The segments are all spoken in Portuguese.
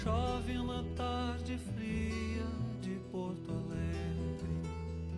Chove na tarde fria de Porto Alegre.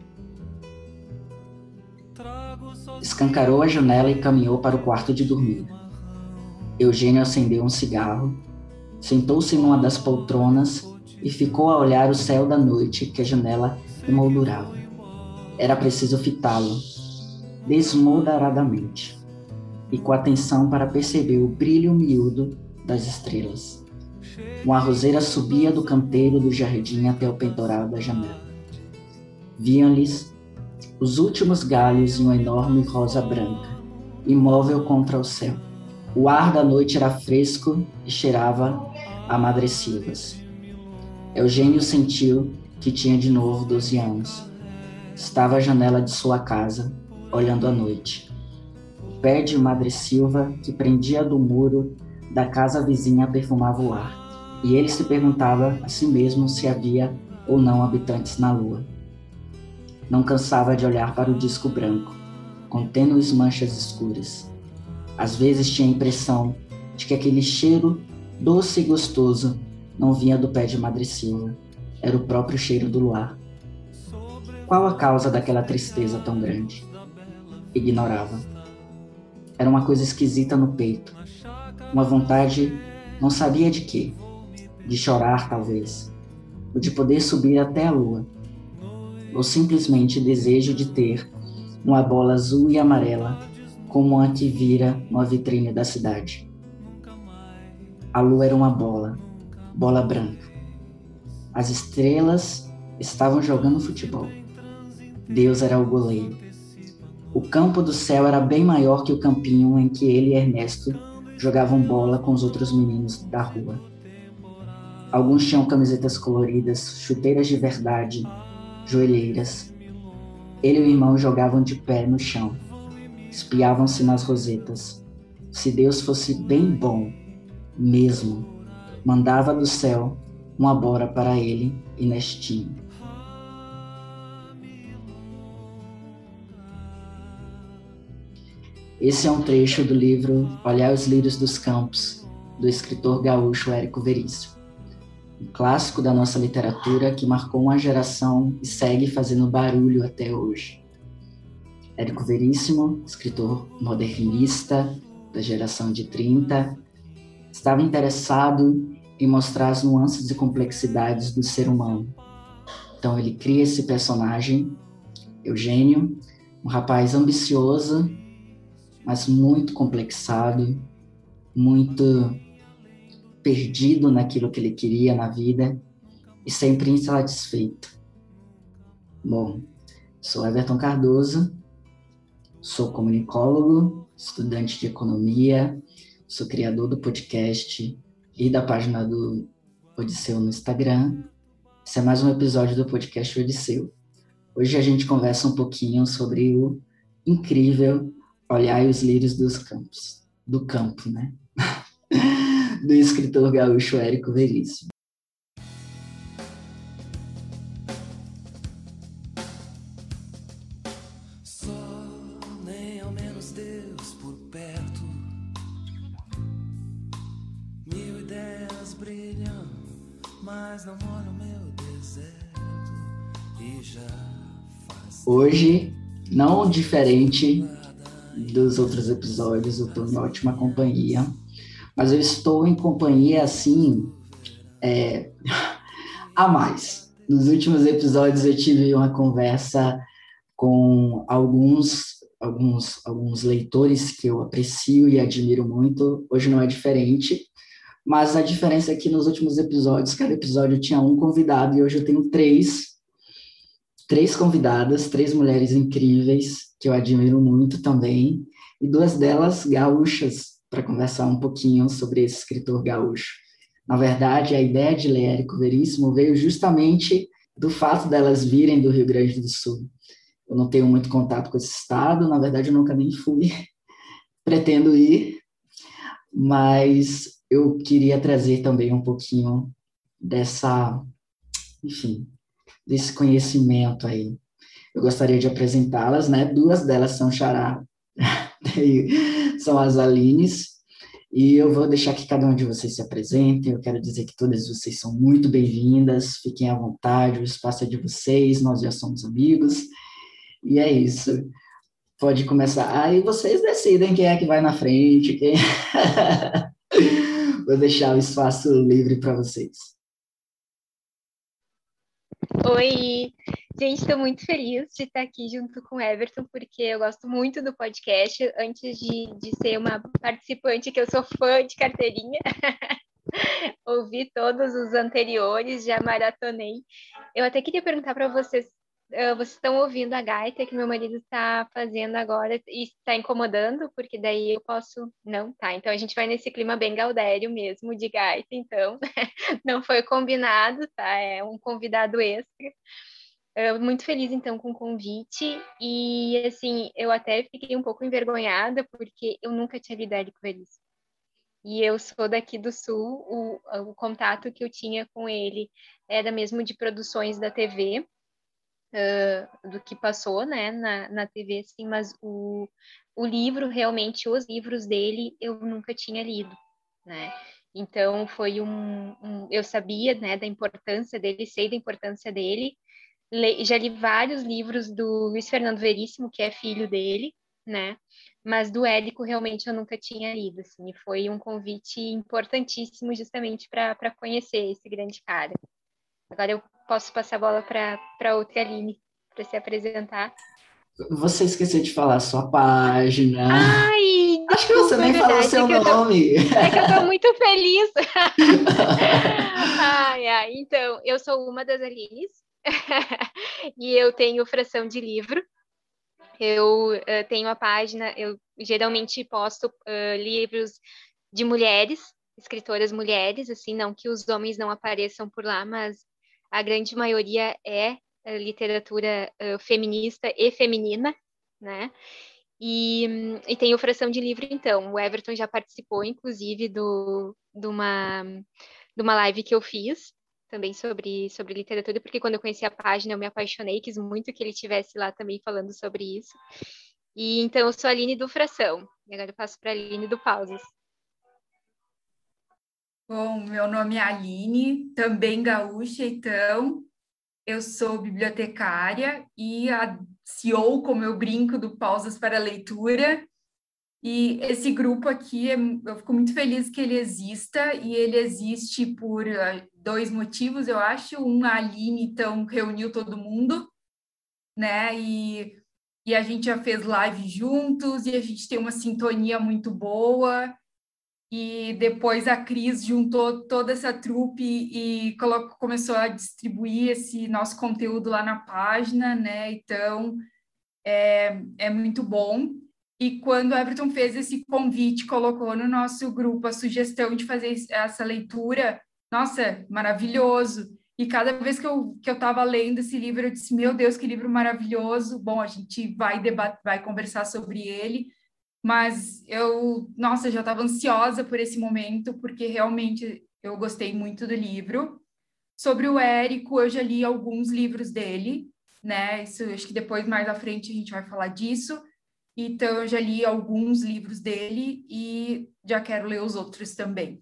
Escancarou a janela e caminhou para o quarto de dormir. Eugênio acendeu um cigarro, sentou-se numa das poltronas e ficou a olhar o céu da noite que a janela emoldurava. Era preciso fitá-lo, desmoderadamente, e com atenção para perceber o brilho miúdo das estrelas. Uma roseira subia do canteiro do jardim até o peitoral da janela. Viam-lhes os últimos galhos em uma enorme rosa branca, imóvel contra o céu. O ar da noite era fresco e cheirava a madressilvas. Eugênio sentiu que tinha de novo 12 anos. Estava à janela de sua casa, olhando a noite. O pé de madressilva que prendia do muro da casa vizinha perfumava o ar, e ele se perguntava a si mesmo se havia ou não habitantes na lua. Não cansava de olhar para o disco branco, com tênues manchas escuras. Às vezes tinha a impressão de que aquele cheiro doce e gostoso não vinha do pé de madressilva, era o próprio cheiro do luar. Qual a causa daquela tristeza tão grande? Ignorava. Era uma coisa esquisita no peito, uma vontade, não sabia de quê, de chorar talvez, ou de poder subir até a lua, ou simplesmente desejo de ter uma bola azul e amarela como a que vira numa vitrine da cidade. A lua era uma bola branca. As estrelas estavam jogando futebol. Deus era o goleiro. O campo do céu era bem maior que o campinho em que ele e Ernesto jogavam bola com os outros meninos da rua. Alguns tinham camisetas coloridas, chuteiras de verdade, joelheiras. Ele e o irmão jogavam de pé no chão. Espiavam-se nas rosetas. Se Deus fosse bem bom, mesmo, mandava do céu uma bora para ele e Nestinho. Esse é um trecho do livro Olhar os Lírios dos Campos, do escritor gaúcho Érico Veríssimo. Um clássico da nossa literatura que marcou uma geração e segue fazendo barulho até hoje. Érico Veríssimo, escritor modernista da geração de 30, estava interessado em mostrar as nuances e complexidades do ser humano. Então ele cria esse personagem, Eugênio, um rapaz ambicioso, mas muito complexado, muito perdido naquilo que ele queria na vida e sempre insatisfeito. Bom, sou Everton Cardoso, sou comunicólogo, estudante de economia, sou criador do podcast e da página do Odisseu no Instagram. Esse é mais um episódio do podcast Odisseu. Hoje a gente conversa um pouquinho sobre o incrível Olhar os Lírios dos Campos, do campo, né? Do escritor gaúcho Érico Veríssimo. Só nem ao menos Deus por perto. 1000 ideias brilham, mas não molham meu deserto. E já faz. Hoje, não diferente dos outros episódios, eu estou em ótima companhia, mas eu estou em companhia, assim, a mais. Nos últimos episódios eu tive uma conversa com alguns leitores que eu aprecio e admiro muito. Hoje não é diferente, mas a diferença é que nos últimos episódios, cada episódio tinha um convidado e hoje eu tenho três convidadas, 3 mulheres incríveis, que eu admiro muito também, e 2 delas gaúchas, para conversar um pouquinho sobre esse escritor gaúcho. Na verdade, a ideia de ler Érico Veríssimo veio justamente do fato delas virem do Rio Grande do Sul. Eu não tenho muito contato com esse estado, na verdade eu nunca nem fui, pretendo ir, mas eu queria trazer também um pouquinho desse conhecimento aí. Eu gostaria de apresentá-las, né? 2 delas são xará, são as Alines, E eu vou deixar que cada um de vocês se apresente. Eu quero dizer que todas vocês são muito bem-vindas, fiquem à vontade, o espaço é de vocês, nós já somos amigos, e é isso. Pode começar. Aí vocês decidem quem é que vai na frente, quem... Vou deixar o espaço livre para vocês. Oi, gente, estou muito feliz de estar aqui junto com o Everton, porque eu gosto muito do podcast. Antes de ser uma participante, que eu sou fã de carteirinha, ouvi todos os anteriores, já maratonei. Eu até queria perguntar para vocês, vocês estão ouvindo a gaita que meu marido está fazendo agora e está incomodando? Porque daí eu posso... Não, tá. Então a gente vai nesse clima bem gaudério mesmo, de gaita, então. Não foi combinado, tá? É um convidado extra. Muito feliz, então, com o convite. E, assim, eu até fiquei um pouco envergonhada, porque eu nunca tinha lido Érico Veríssimo. E eu sou daqui do Sul, o contato que eu tinha com ele era mesmo de produções da TV, do que passou, né, na TV, assim, mas o livro, realmente, os livros dele, eu nunca tinha lido, né? Então, foi eu sabia, né, da importância dele, sei da importância dele, já li vários livros do Luiz Fernando Veríssimo, que é filho dele, né? Mas do Érico realmente eu nunca tinha lido, assim, e foi um convite importantíssimo justamente para conhecer esse grande cara. Agora eu posso passar a bola para outra Aline para se apresentar. Você esqueceu de falar a sua página. Ai, Acho que você desculpa, é nem falou o verdade, seu nome. é que eu tô muito feliz. Ai, ai, então, eu sou uma das Alines e eu tenho fração de livro. Eu tenho a página, eu geralmente posto livros de mulheres, escritoras mulheres, assim, não que os homens não apareçam por lá, mas a grande maioria é literatura feminista e feminina, né? E tem o Fração de Livro, então. O Everton já participou, inclusive, de uma live que eu fiz também sobre literatura, porque quando eu conheci a página eu me apaixonei, quis muito que ele estivesse lá também falando sobre isso. E então eu sou a Aline do Fração. E agora eu passo para a Aline do Pausas. Bom, meu nome é Aline, também gaúcha, então eu sou bibliotecária e a CEO, como eu brinco, do Pausas para a Leitura. E esse grupo aqui, eu fico muito feliz que ele exista, e ele existe por dois motivos, eu acho. Um, a Aline, então, reuniu todo mundo, né? E a gente já fez live juntos, e a gente tem uma sintonia muito boa. E depois a Cris juntou toda essa trupe e começou a distribuir esse nosso conteúdo lá na página, né? Então, é muito bom. E quando o Everton fez esse convite, colocou no nosso grupo a sugestão de fazer essa leitura, nossa, maravilhoso. E cada vez que eu estava lendo esse livro, eu disse, meu Deus, que livro maravilhoso. Bom, a gente vai debater, vai conversar sobre ele, mas nossa, já estava ansiosa por esse momento, porque realmente eu gostei muito do livro. Sobre o Érico, eu já li alguns livros dele, né? Isso, acho que depois, mais à frente, a gente vai falar disso. Então, eu já li alguns livros dele e já quero ler os outros também.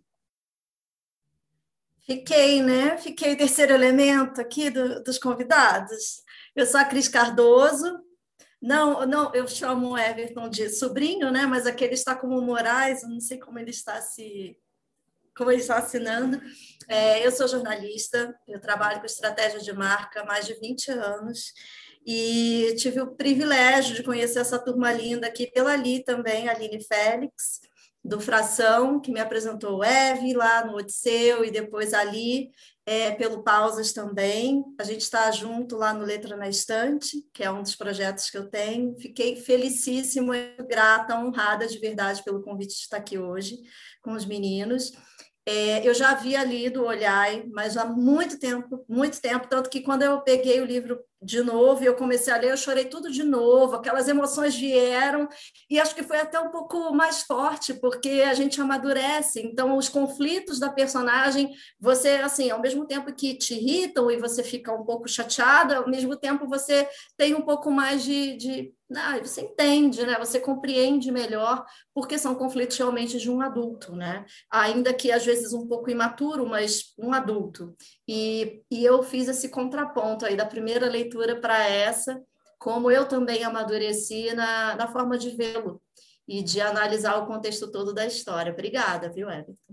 Fiquei, né? Fiquei o terceiro elemento aqui dos convidados. Eu sou a Cris Cardoso. Não, eu chamo o Everton de sobrinho, né? Mas aqui ele está como Moraes, eu não sei como ele está assinando. Eu sou jornalista, eu trabalho com estratégia de marca há mais de 20 anos e tive o privilégio de conhecer essa turma linda aqui pela Ali também, a Aline Félix, do Fração, que me apresentou o Eve lá no Odisseu, e depois ali pelo Pausas também. A gente está junto lá no Letra na Estante, que é um dos projetos que eu tenho. Fiquei felicíssima, grata, honrada de verdade pelo convite de estar aqui hoje com os meninos. Eu já havia lido o Olhai, mas há muito tempo, tanto que quando eu peguei o livro de novo e eu comecei a ler, eu chorei tudo de novo, aquelas emoções vieram, e acho que foi até um pouco mais forte, porque a gente amadurece, então os conflitos da personagem, você, assim, ao mesmo tempo que te irritam e você fica um pouco chateada, ao mesmo tempo você tem um pouco mais de Não, você entende, né? Você compreende melhor, porque são conflitos realmente de um adulto, né? Ainda que às vezes um pouco imaturo, mas um adulto. E eu fiz esse contraponto aí da primeira leitura para essa, como eu também amadureci na forma de vê-lo e de analisar o contexto todo da história. Obrigada, viu, Everton?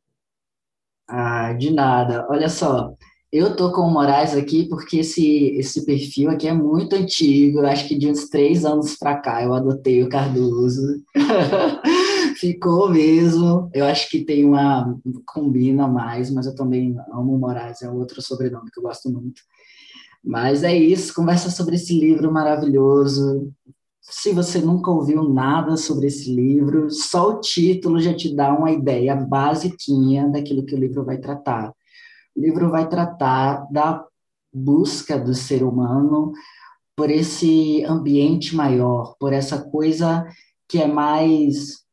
Ah, de nada. Olha só, eu tô com o Moraes aqui porque esse perfil aqui é muito antigo. Eu acho que de uns 3 anos para cá eu adotei o Cardoso. Ficou mesmo. Eu acho que tem uma combina mais, mas eu também amo o Moraes, é outro sobrenome que eu gosto muito. Mas é isso, conversa sobre esse livro maravilhoso. Se você nunca ouviu nada sobre esse livro, só o título já te dá uma ideia basiquinha daquilo que o livro vai tratar. O livro vai tratar da busca do ser humano por esse ambiente maior, por essa coisa que é mais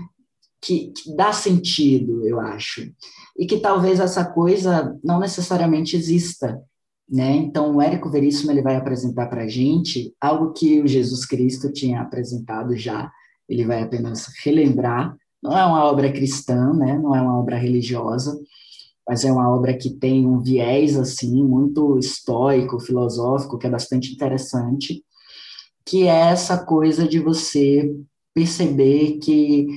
que dá sentido, eu acho. E que talvez essa coisa não necessariamente exista, né? Então, o Érico Veríssimo ele vai apresentar para a gente algo que o Jesus Cristo tinha apresentado já, ele vai apenas relembrar. Não é uma obra cristã, né? Não é uma obra religiosa, mas é uma obra que tem um viés assim muito estoico, filosófico, que é bastante interessante, que é essa coisa de você perceber que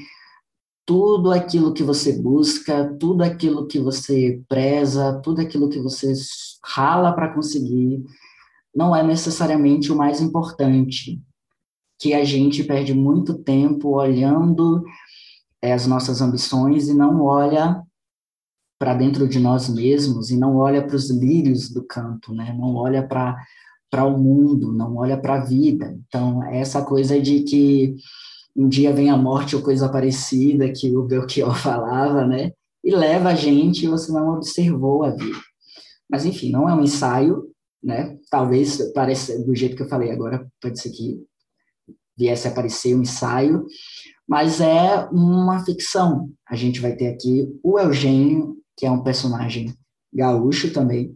tudo aquilo que você busca, tudo aquilo que você preza, tudo aquilo que você rala para conseguir, não é necessariamente o mais importante, que a gente perde muito tempo olhando as nossas ambições e não olha para dentro de nós mesmos e não olha para os lírios do campo, né? Não olha para o mundo, não olha para a vida. Então, essa coisa de que um dia vem a morte ou coisa parecida que o Belchior falava, né? E leva a gente e você não observou a vida. Mas, enfim, não é um ensaio, né? Talvez pareça, do jeito que eu falei agora, pode ser que viesse a aparecer um ensaio, mas é uma ficção. A gente vai ter aqui o Eugênio, que é um personagem gaúcho também,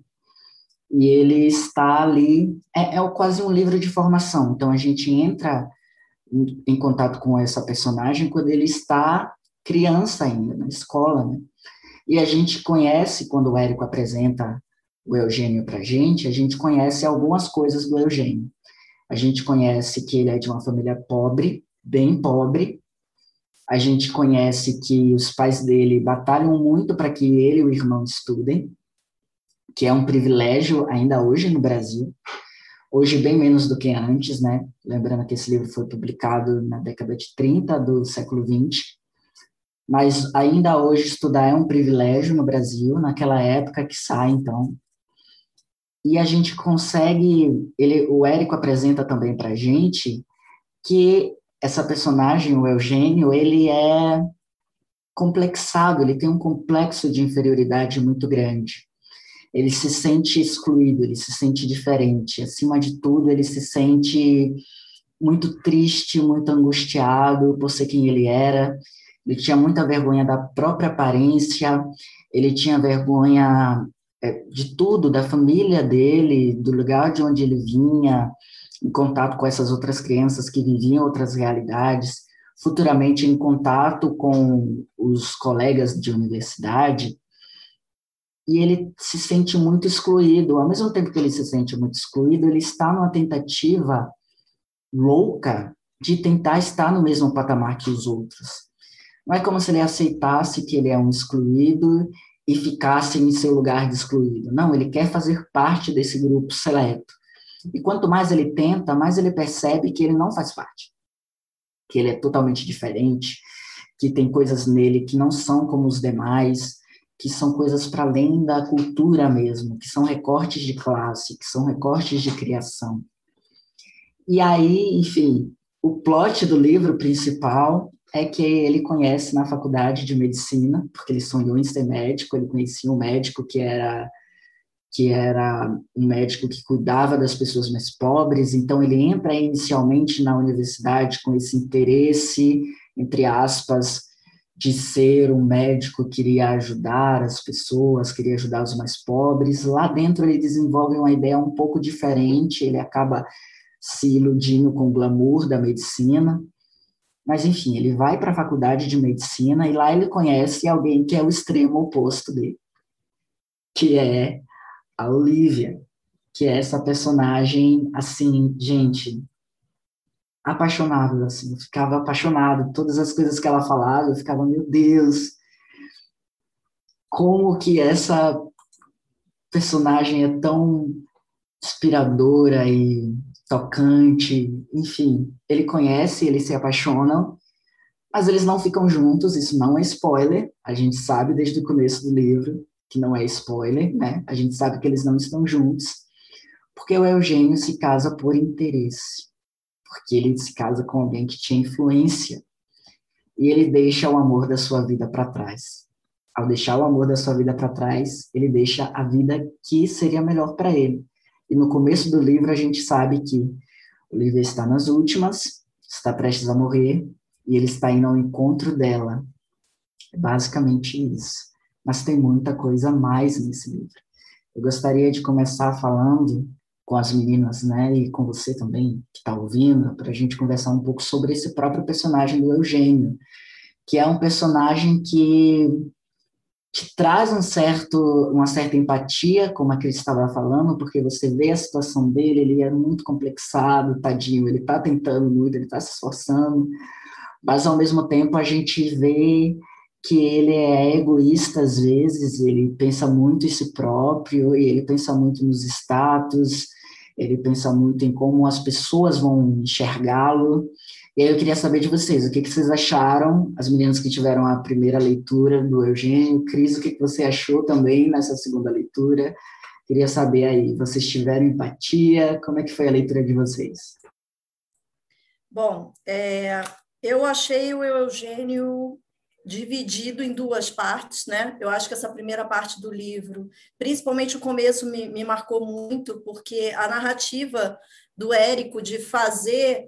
e ele está ali, quase um livro de formação. Então, a gente entra em contato com essa personagem quando ele está criança ainda, na escola, né? E a gente conhece, quando o Érico apresenta o Eugênio para a gente conhece algumas coisas do Eugênio. A gente conhece que ele é de uma família pobre, bem pobre. A gente conhece que os pais dele batalham muito para que ele e o irmão estudem, que é um privilégio ainda hoje no Brasil. Hoje, bem menos do que antes, né? Lembrando que esse livro foi publicado na década de 30 do século 20. Mas ainda hoje estudar é um privilégio no Brasil, naquela época que sai, então. E a gente consegue, o Érico apresenta também para a gente que essa personagem, o Eugênio, ele é complexado, ele tem um complexo de inferioridade muito grande. Ele se sente excluído, ele se sente diferente. Acima de tudo, ele se sente muito triste, muito angustiado por ser quem ele era. Ele tinha muita vergonha da própria aparência, ele tinha vergonha de tudo, da família dele, do lugar de onde ele vinha, em contato com essas outras crianças que viviam outras realidades, futuramente em contato com os colegas de universidade, e ele se sente muito excluído. Ao mesmo tempo que ele se sente muito excluído, ele está numa tentativa louca de tentar estar no mesmo patamar que os outros. Não é como se ele aceitasse que ele é um excluído e ficasse em seu lugar de excluído. Não, ele quer fazer parte desse grupo seleto. E quanto mais ele tenta, mais ele percebe que ele não faz parte, que ele é totalmente diferente, que tem coisas nele que não são como os demais, que são coisas para além da cultura mesmo, que são recortes de classe, que são recortes de criação. E aí, enfim, o plot do livro principal é que ele conhece na faculdade de medicina, porque ele sonhou em ser médico, ele conhecia um médico que era um médico que cuidava das pessoas mais pobres, então ele entra inicialmente na universidade com esse interesse, entre aspas, de ser um médico que queria ajudar as pessoas, queria ajudar os mais pobres. Lá dentro ele desenvolve uma ideia um pouco diferente, ele acaba se iludindo com o glamour da medicina. Mas, enfim, ele vai para a faculdade de medicina e lá ele conhece alguém que é o extremo oposto dele, que é a Olivia, que é essa personagem, assim, gente, apaixonável, assim, eu ficava apaixonado, todas as coisas que ela falava, eu ficava, meu Deus, como que essa personagem é tão inspiradora e tocante, enfim, ele conhece, eles se apaixonam, mas eles não ficam juntos, isso não é spoiler, a gente sabe desde o começo do livro que não é spoiler, né? A gente sabe que eles não estão juntos, porque o Eugênio se casa por interesse, porque ele se casa com alguém que tinha influência, e ele deixa o amor da sua vida para trás. Ao deixar o amor da sua vida para trás, ele deixa a vida que seria melhor para ele. E no começo do livro a gente sabe que Olivia está nas últimas, está prestes a morrer, e ele está indo ao encontro dela. É basicamente isso. Mas tem muita coisa a mais nesse livro. Eu gostaria de começar falando com as meninas, né, e com você também, que está ouvindo, para a gente conversar um pouco sobre esse próprio personagem do Eugênio, que é um personagem que traz uma certa empatia, como a Cris estava falando, porque você vê a situação dele, ele é muito complexado, tadinho, ele está tentando muito, ele está se esforçando, mas ao mesmo tempo a gente vê que ele é egoísta às vezes, ele pensa muito em si próprio, e ele pensa muito nos status, ele pensa muito em como as pessoas vão enxergá-lo. E aí eu queria saber de vocês, o que vocês acharam, as meninas que tiveram a primeira leitura do Eugênio, Cris, o que você achou também nessa segunda leitura? Queria saber aí, vocês tiveram empatia, como é que foi a leitura de vocês? Bom, eu achei o Eugênio dividido em duas partes, né? Eu acho que essa primeira parte do livro, principalmente o começo, me marcou muito, porque a narrativa do Érico de fazer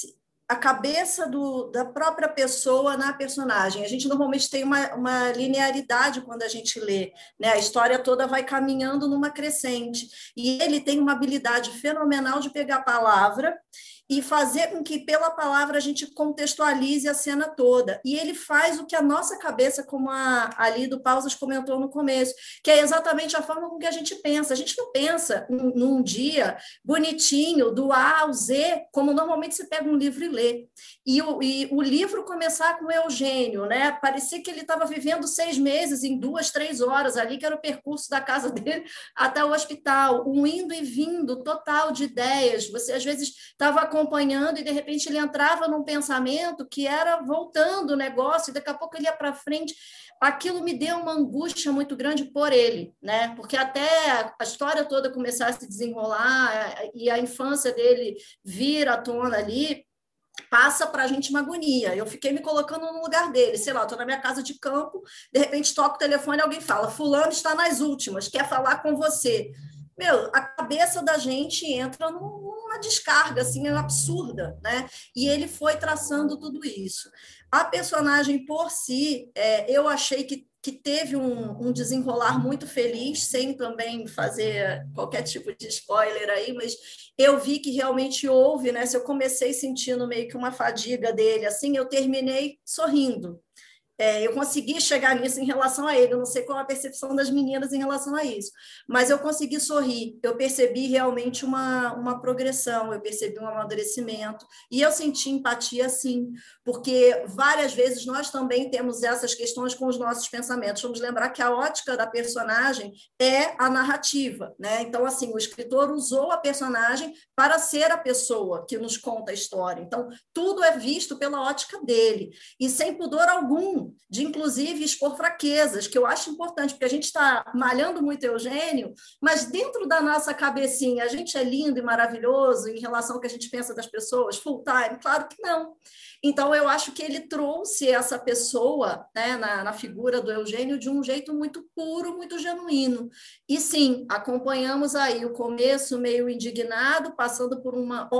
a cabeça da própria pessoa na personagem. A gente normalmente tem uma linearidade quando a gente lê, né? A história toda vai caminhando numa crescente, e ele tem uma habilidade fenomenal de pegar a palavra e fazer com que, pela palavra, a gente contextualize a cena toda. E ele faz o que a nossa cabeça, como a Lido Pausas comentou no começo, que é exatamente a forma com que a gente pensa. A gente não pensa num dia bonitinho, do A ao Z, como normalmente se pega um livro e lê. E o livro começar com o Eugênio, né? Parecia que ele estava vivendo 6 meses em 2, 3 horas ali, que era o percurso da casa dele até o hospital, um indo e vindo total de ideias. Você, às vezes, estava acompanhando e, de repente, ele entrava num pensamento que era voltando o negócio, e daqui a pouco ele ia para frente. Aquilo me deu uma angústia muito grande por ele, né? Porque até a história toda começar a se desenrolar e a infância dele vir à tona ali, passa para a gente uma agonia. Eu fiquei me colocando no lugar dele, sei lá, estou na minha casa de campo, de repente toco o telefone e alguém fala, fulano está nas últimas, quer falar com você. Meu, a cabeça da gente entra numa descarga, assim, absurda, né? E ele foi traçando tudo isso. A personagem por si, eu achei que teve um desenrolar muito feliz, sem também fazer qualquer tipo de spoiler aí, mas eu vi que realmente houve, né? Se eu comecei sentindo meio que uma fadiga dele, assim, eu terminei sorrindo. Eu consegui chegar nisso em relação a ele, eu não sei qual a percepção das meninas em relação a isso, mas eu consegui sorrir, eu percebi realmente uma progressão, eu percebi um amadurecimento, e eu senti empatia sim, porque várias vezes nós também temos essas questões com os nossos pensamentos. Vamos lembrar que a ótica da personagem é a narrativa, né? Então, assim, o escritor usou a personagem para ser a pessoa que nos conta a história, então tudo é visto pela ótica dele, e sem pudor algum, de inclusive expor fraquezas, que eu acho importante, porque a gente está malhando muito Eugênio, mas dentro da nossa cabecinha, a gente é lindo e maravilhoso em relação ao que a gente pensa das pessoas, full time? Claro que não. Então, eu acho que ele trouxe essa pessoa, né, na figura do Eugênio de um jeito muito puro, muito genuíno. E sim, acompanhamos aí o começo meio indignado, passando por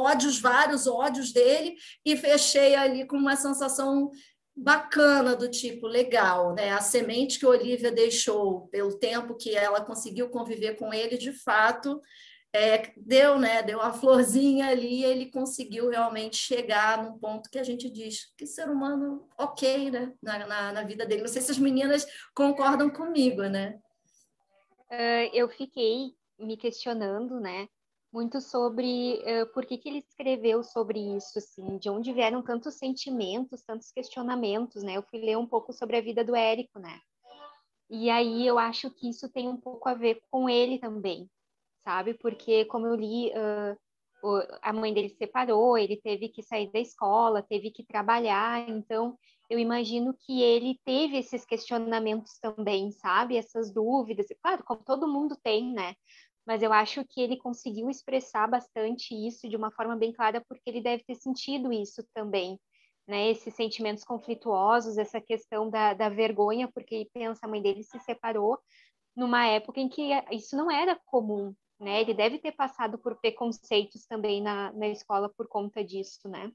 vários ódios dele, e fechei ali com uma sensação bacana, do tipo, legal, né? A semente que a Olivia deixou, pelo tempo que ela conseguiu conviver com ele, de fato, deu, né? Deu uma florzinha ali, ele conseguiu realmente chegar num ponto que a gente diz que ser humano ok, né? Na vida dele. Não sei se as meninas concordam comigo, né? Eu fiquei me questionando, né, muito sobre por que ele escreveu sobre isso, assim, de onde vieram tantos sentimentos, tantos questionamentos, né? Eu fui ler um pouco sobre a vida do Érico, né? E aí eu acho que isso tem um pouco a ver com ele também, sabe? Porque, como eu li, a mãe dele se separou, ele teve que sair da escola, teve que trabalhar, então eu imagino que ele teve esses questionamentos também, sabe? Essas dúvidas, claro, como todo mundo tem, né? Mas eu acho que ele conseguiu expressar bastante isso de uma forma bem clara, porque ele deve ter sentido isso também, né? Esses sentimentos conflituosos, essa questão da vergonha, porque ele pensa, a mãe dele se separou numa época em que isso não era comum, né? Ele deve ter passado por preconceitos também na escola por conta disso, né?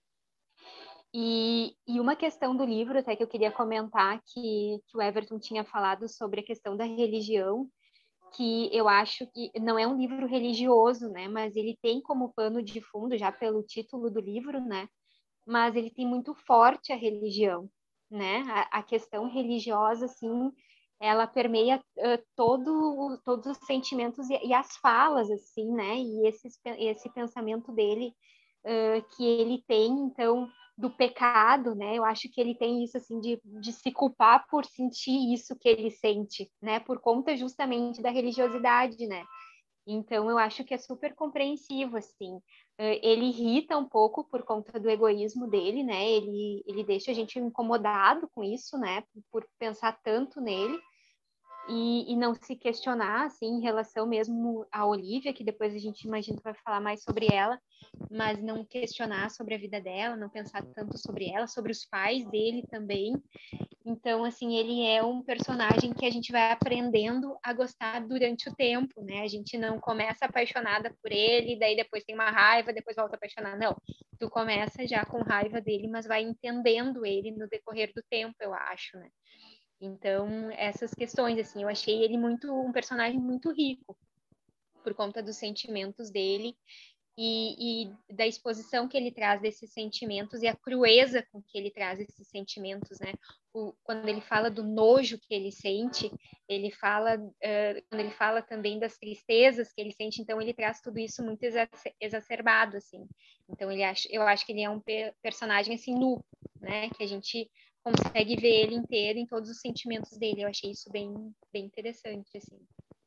E uma questão do livro, até que eu queria comentar, que o Everton tinha falado sobre a questão da religião, que eu acho que não é um livro religioso, né? Mas ele tem como pano de fundo, já pelo título do livro, né? Mas ele tem muito forte a religião, né? A questão religiosa, assim, ela permeia todos os sentimentos e as falas, assim, né? E esse pensamento dele, que ele tem, então, do pecado, né? Eu acho que ele tem isso, assim, de se culpar por sentir isso que ele sente, né? Por conta justamente da religiosidade, né? Então, eu acho que é super compreensivo, assim. Ele irrita um pouco por conta do egoísmo dele, né? Ele deixa a gente incomodado com isso, né? Por pensar tanto nele e não se questionar, assim, em relação mesmo à Olivia, que depois a gente imagina que vai falar mais sobre ela, mas não questionar sobre a vida dela, não pensar tanto sobre ela, sobre os pais dele também. Então, assim, ele é um personagem que a gente vai aprendendo a gostar durante o tempo, né? A gente não começa apaixonada por ele, daí depois tem uma raiva, depois volta apaixonada. Não, tu começa já com raiva dele, mas vai entendendo ele no decorrer do tempo, eu acho, né? Então, essas questões, assim, eu achei ele um personagem muito rico, por conta dos sentimentos dele e da exposição que ele traz desses sentimentos e a crueza com que ele traz esses sentimentos, né? Quando ele fala do nojo que ele sente, ele fala, quando ele fala também das tristezas que ele sente, então ele traz tudo isso muito exacerbado, assim. Então eu acho que ele é um personagem assim nu, né? Que a gente consegue ver ele inteiro em todos os sentimentos dele. Eu achei isso bem, bem interessante, assim.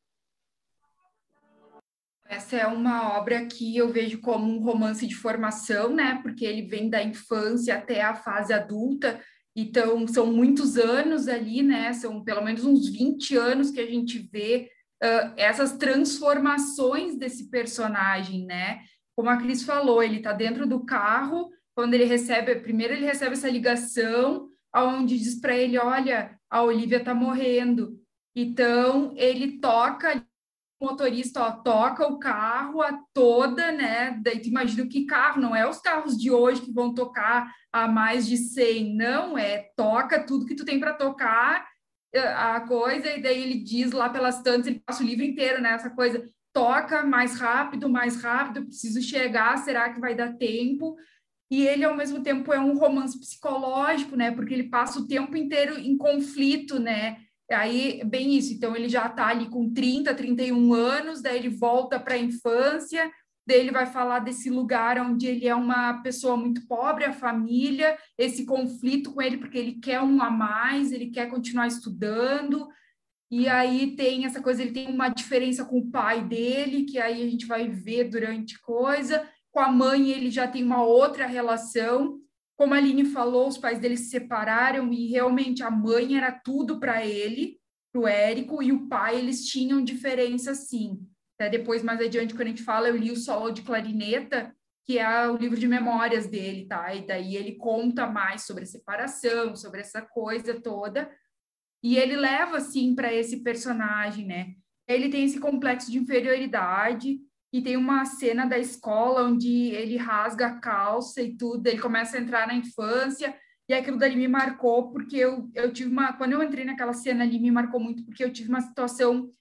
Essa é uma obra que eu vejo como um romance de formação, né? Porque ele vem da infância até a fase adulta, então são muitos anos ali, né? São pelo menos uns 20 anos que a gente vê essas transformações desse personagem, né? Como a Cris falou, ele está dentro do carro, quando primeiro ele recebe essa ligação, onde diz para ele, olha, a Olivia está morrendo. Então, ele toca motorista, ó, toca o carro a toda, né? Daí tu imagina que carro, não é os carros de hoje que vão tocar a mais de 100, não, toca tudo que tu tem para tocar a coisa, e daí ele diz lá pelas tantas, ele passa o livro inteiro, né? Essa coisa, toca mais rápido, preciso chegar, será que vai dar tempo? E ele, ao mesmo tempo, é um romance psicológico, né? Porque ele passa o tempo inteiro em conflito, né? Aí, bem isso, então ele já está ali com 30, 31 anos, daí ele volta para a infância, daí ele vai falar desse lugar onde ele é uma pessoa muito pobre, a família, esse conflito com ele, porque ele quer um a mais, ele quer continuar estudando, e aí tem essa coisa, ele tem uma diferença com o pai dele, que aí a gente vai ver durante coisa, com a mãe ele já tem uma outra relação. Como a Aline falou, os pais dele se separaram e realmente a mãe era tudo para ele, para o Érico, e o pai, eles tinham diferença, sim. Até depois, mais adiante, quando a gente fala, eu li o Solo de Clarineta, que é o livro de memórias dele, tá? E daí ele conta mais sobre a separação, sobre essa coisa toda, e ele leva, assim, para esse personagem, né? Ele tem esse complexo de inferioridade, e tem uma cena da escola onde ele rasga a calça e tudo, ele começa a entrar na infância, e aquilo dali me marcou, porque eu tive quando eu entrei naquela cena ali, me marcou muito, porque eu tive uma situação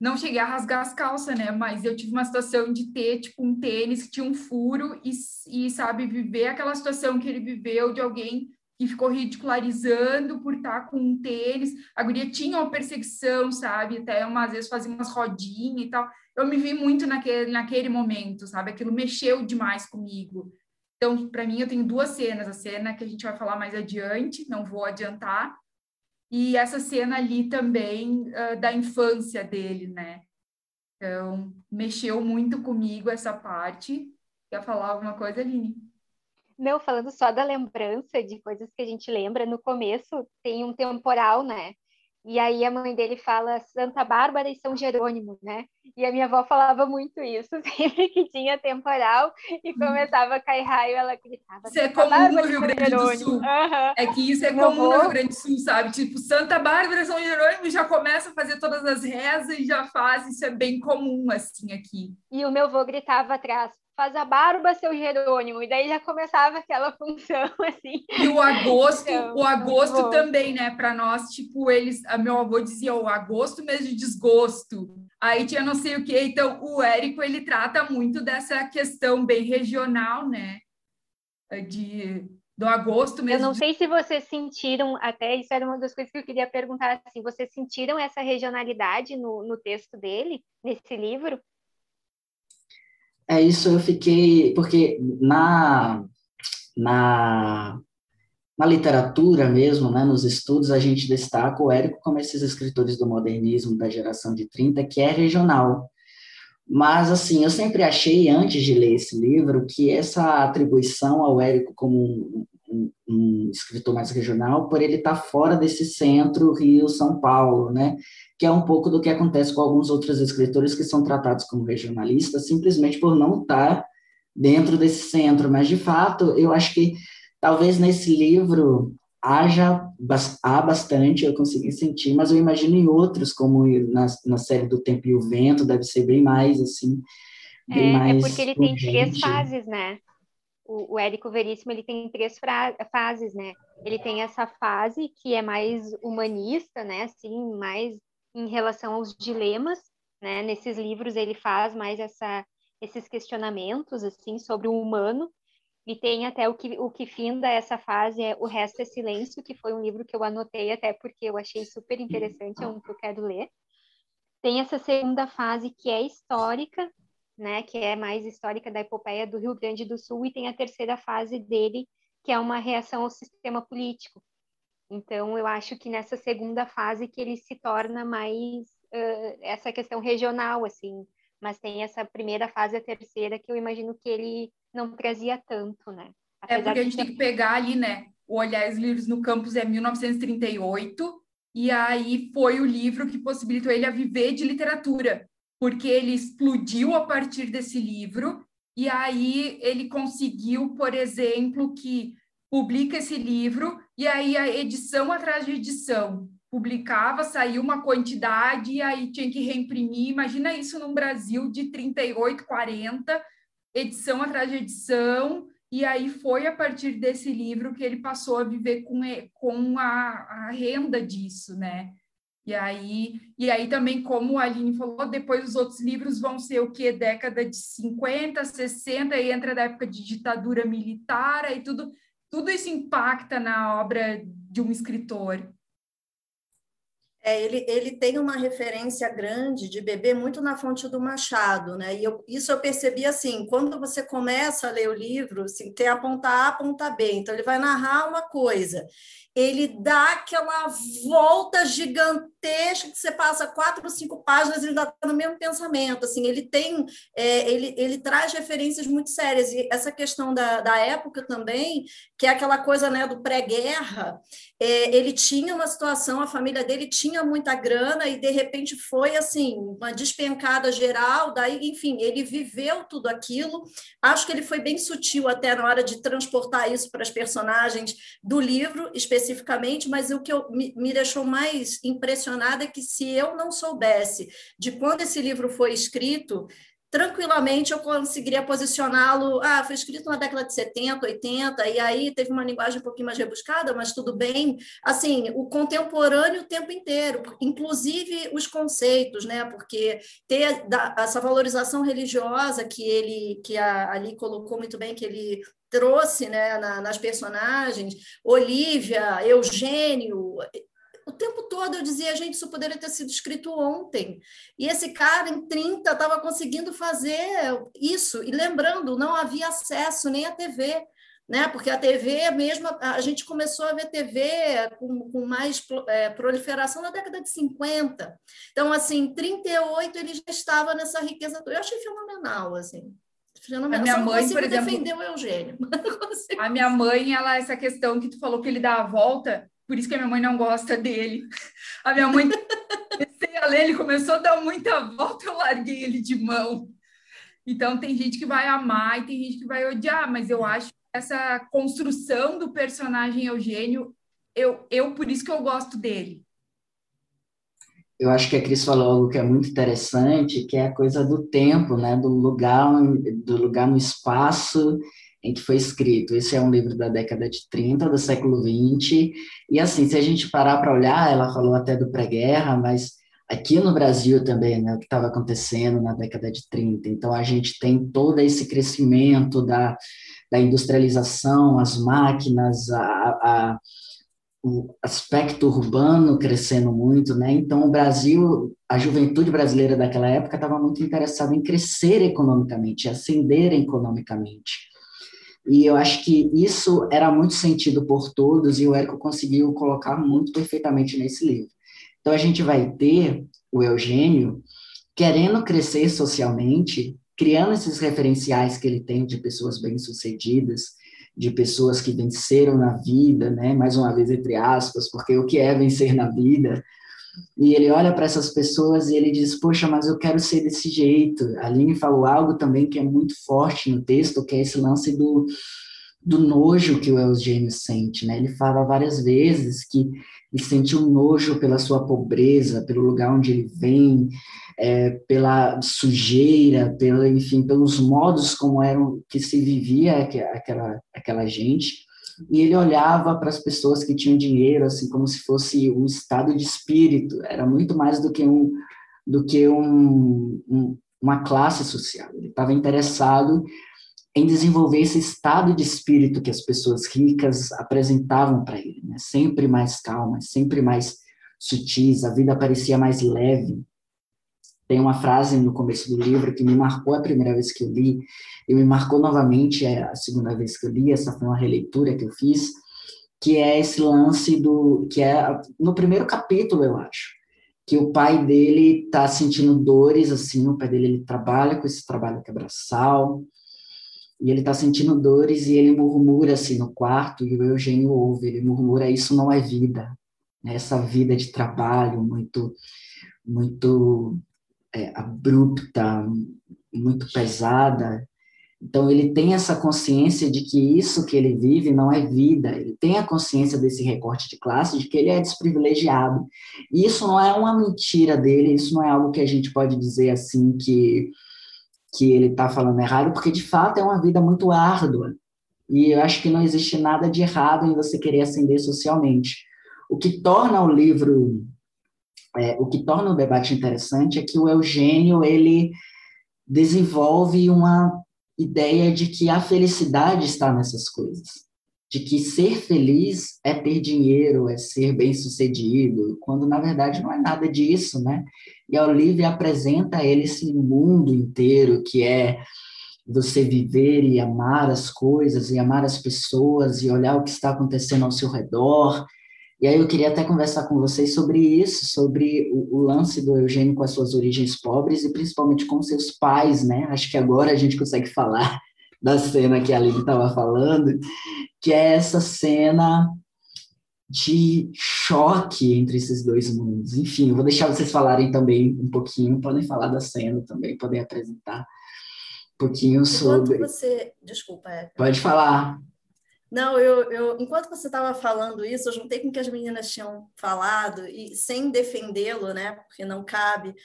não cheguei a rasgar as calças, né? Mas eu tive uma situação de ter, tipo, um tênis que tinha um furo e sabe, viver aquela situação que ele viveu de alguém que ficou ridicularizando por estar com um tênis. A guria tinha uma perseguição, sabe? Até às vezes fazia umas rodinhas e tal. Eu me vi muito naquele momento, sabe? Aquilo mexeu demais comigo. Então, para mim, eu tenho duas cenas. A cena que a gente vai falar mais adiante, não vou adiantar, e essa cena ali também da infância dele, né? Então, mexeu muito comigo essa parte. Quer falar alguma coisa, Aline? Não, falando só da lembrança de coisas que a gente lembra, no começo tem um temporal, né? E aí a mãe dele fala Santa Bárbara e São Jerônimo, né? E a minha avó falava muito isso, sempre que tinha temporal e começava a cair raio, ela gritava Isso é Santa comum no Bárbara e Rio São Grande do Jerônimo. Sul. Uhum. É que isso é E meu comum no avô... Rio Grande do Sul, sabe? Tipo, Santa Bárbara, São Jerônimo já começa a fazer todas as rezas e já faz. Isso é bem comum, assim, aqui. E o meu avô gritava atrás, faz a barba, seu Jerônimo. E daí já começava aquela função, assim. E o Então, agosto também, né? Para nós, tipo, meu avô dizia o agosto mês de desgosto. Aí tinha não sei o quê. Então, o Érico, ele trata muito dessa questão bem regional, né? Do agosto eu mês não de... sei se vocês sentiram, até isso era uma das coisas que eu queria perguntar, assim, vocês sentiram essa regionalidade no texto dele, nesse livro? É isso, eu fiquei, porque na, na literatura mesmo, né, nos estudos, a gente destaca o Érico como esses escritores do modernismo da geração de 30, que é regional. Mas, assim, eu sempre achei, antes de ler esse livro, que essa atribuição ao Érico como um escritor mais regional, por ele estar fora desse centro Rio-São Paulo, né? Que é um pouco do que acontece com alguns outros escritores que são tratados como regionalistas, simplesmente por não estar dentro desse centro. Mas, de fato, eu acho que talvez nesse livro há bastante, eu consegui sentir, mas eu imagino em outros, como na série do Tempo e o Vento, deve ser bem mais, assim, bem É porque mais ele tem três urgente. fases, né? O Érico Veríssimo, ele tem três fases, né? Ele tem essa fase que é mais humanista, né? Assim, mais em relação aos dilemas, né? Nesses livros ele faz mais esses questionamentos, assim, sobre o humano. E tem até o que finda essa fase é O Resto é Silêncio, que foi um livro que eu anotei até porque eu achei super interessante, é um que eu quero ler. Tem essa segunda fase que é histórica, né, que é mais histórica da epopeia do Rio Grande do Sul, e tem a terceira fase dele, que é uma reação ao sistema político. Então, eu acho que nessa segunda fase que ele se torna mais essa questão regional, assim, mas tem essa primeira fase e a terceira que eu imagino que ele não trazia tanto, né? Porque a De gente tem que pegar ali, né? O Olhares Livres no Campus é 1938, e aí foi o livro que possibilitou ele a viver de literatura, porque ele explodiu a partir desse livro, e aí ele conseguiu, por exemplo, que publica esse livro, e aí a edição atrás de edição. Publicava, saiu uma quantidade, e aí tinha que reimprimir. Imagina isso num Brasil de 38, 40, edição atrás de edição, e aí foi a partir desse livro que ele passou a viver com a renda disso, né? E aí também, como a Aline falou, depois os outros livros vão ser o quê? Década de 50, 60, e entra da época de ditadura militar, e tudo isso impacta na obra de um escritor. Ele tem uma referência grande de beber muito na fonte do Machado, né? E isso eu percebi assim, quando você começa a ler o livro, assim, tem a ponta A, a ponta B, então ele vai narrar uma coisa, ele dá aquela volta gigantesca que você passa 4 ou 5 páginas e ele ainda está no mesmo pensamento, assim, ele traz referências muito sérias, e essa questão da época também, que é aquela coisa, né, do pré-guerra, ele tinha uma situação, a família dele tinha muita grana e, de repente, foi, assim, uma despencada geral, daí, enfim, ele viveu tudo aquilo, acho que ele foi bem sutil até na hora de transportar isso para as personagens do livro, especificamente, mas o que me deixou mais impressionada é que, se eu não soubesse de quando esse livro foi escrito, tranquilamente eu conseguiria posicioná-lo, foi escrito na década de 70, 80, e aí teve uma linguagem um pouquinho mais rebuscada, mas tudo bem. Assim, o contemporâneo o tempo inteiro, inclusive os conceitos, né? Porque ter essa valorização religiosa que a Ali colocou muito bem, que ele trouxe, né, nas personagens, Olívia, Eugênio, o tempo todo eu dizia, gente, isso poderia ter sido escrito ontem. E esse cara, em 30, estava conseguindo fazer isso. E lembrando, não havia acesso nem à TV, né? Porque a TV mesmo, a gente começou a ver TV com mais proliferação na década de 50. Então, assim, em 38 ele já estava nessa riqueza toda. Eu achei fenomenal, assim. A minha mãe, por exemplo, defender o Eugênio. A minha mãe, essa questão que tu falou que ele dá a volta, por isso que a minha mãe não gosta dele. A minha mãe, comecei a ler, ele começou a dar muita volta, eu larguei ele de mão. Então, tem gente que vai amar e tem gente que vai odiar, mas eu acho que essa construção do personagem Eugênio, por isso que eu gosto dele. Eu acho que a Cris falou algo que é muito interessante, que é a coisa do tempo, né? Do lugar no espaço em que foi escrito. Esse é um livro da década de 30, do século 20, e assim, se a gente parar para olhar, ela falou até do pré-guerra, mas aqui no Brasil também, né? O que estava acontecendo na década de 30. Então, a gente tem todo esse crescimento da industrialização, as máquinas, o aspecto urbano crescendo muito, né? Então, o Brasil, a juventude brasileira daquela época estava muito interessada em crescer economicamente, ascender economicamente. E eu acho que isso era muito sentido por todos e o Érico conseguiu colocar muito perfeitamente nesse livro. Então, a gente vai ter o Eugênio querendo crescer socialmente, criando esses referenciais que ele tem de pessoas bem-sucedidas, de pessoas que venceram na vida, né? Mais uma vez, entre aspas, porque o que é vencer na vida? E ele olha para essas pessoas e ele diz, poxa, mas eu quero ser desse jeito. A Aline falou algo também que é muito forte no texto, que é esse lance do nojo que o Eugênio sente, né? Ele fala várias vezes que ele sentiu um nojo pela sua pobreza, pelo lugar onde ele vem, pela sujeira, enfim, pelos modos como eram que se vivia aquela gente. E ele olhava para as pessoas que tinham dinheiro assim como se fosse um estado de espírito. Era muito mais do que uma classe social. Ele estava interessado em desenvolver esse estado de espírito que as pessoas ricas apresentavam para ele, né? Sempre mais calmas, sempre mais sutis, a vida parecia mais leve. Tem uma frase no começo do livro que me marcou a primeira vez que eu li, e me marcou novamente a segunda vez que eu li, essa foi uma releitura que eu fiz, que é esse lance que é no primeiro capítulo, eu acho, que o pai dele está sentindo dores, assim, o pai dele ele trabalha com esse trabalho quebraçal, e ele está sentindo dores e ele murmura assim no quarto, e o Eugênio ouve, ele murmura, isso não é vida, né? Essa vida de trabalho muito abrupta, muito pesada. Então ele tem essa consciência de que isso que ele vive não é vida, ele tem a consciência desse recorte de classe, de que ele é desprivilegiado. E isso não é uma mentira dele, isso não é algo que a gente pode dizer assim que ele está falando errado, porque de fato é uma vida muito árdua, e eu acho que não existe nada de errado em você querer ascender socialmente. O que torna o livro, o que torna o debate interessante é que o Eugênio, ele desenvolve uma ideia de que a felicidade está nessas coisas, de que ser feliz é ter dinheiro, é ser bem-sucedido, quando na verdade não é nada disso, né? E a Olivia apresenta a ele esse mundo inteiro que é você viver e amar as coisas, e amar as pessoas, e olhar o que está acontecendo ao seu redor. E aí eu queria até conversar com vocês sobre isso, sobre o lance do Eugênio com as suas origens pobres, e principalmente com seus pais, né? Acho que agora a gente consegue falar da cena que a Aline estava falando, que é essa cena de choque entre esses dois mundos. Enfim, eu vou deixar vocês falarem também um pouquinho, podem falar da cena também, podem apresentar um pouquinho sobre... Desculpa, Pode falar. Não, enquanto você estava falando isso, eu juntei com o que as meninas tinham falado, e sem defendê-lo, né, porque não cabe,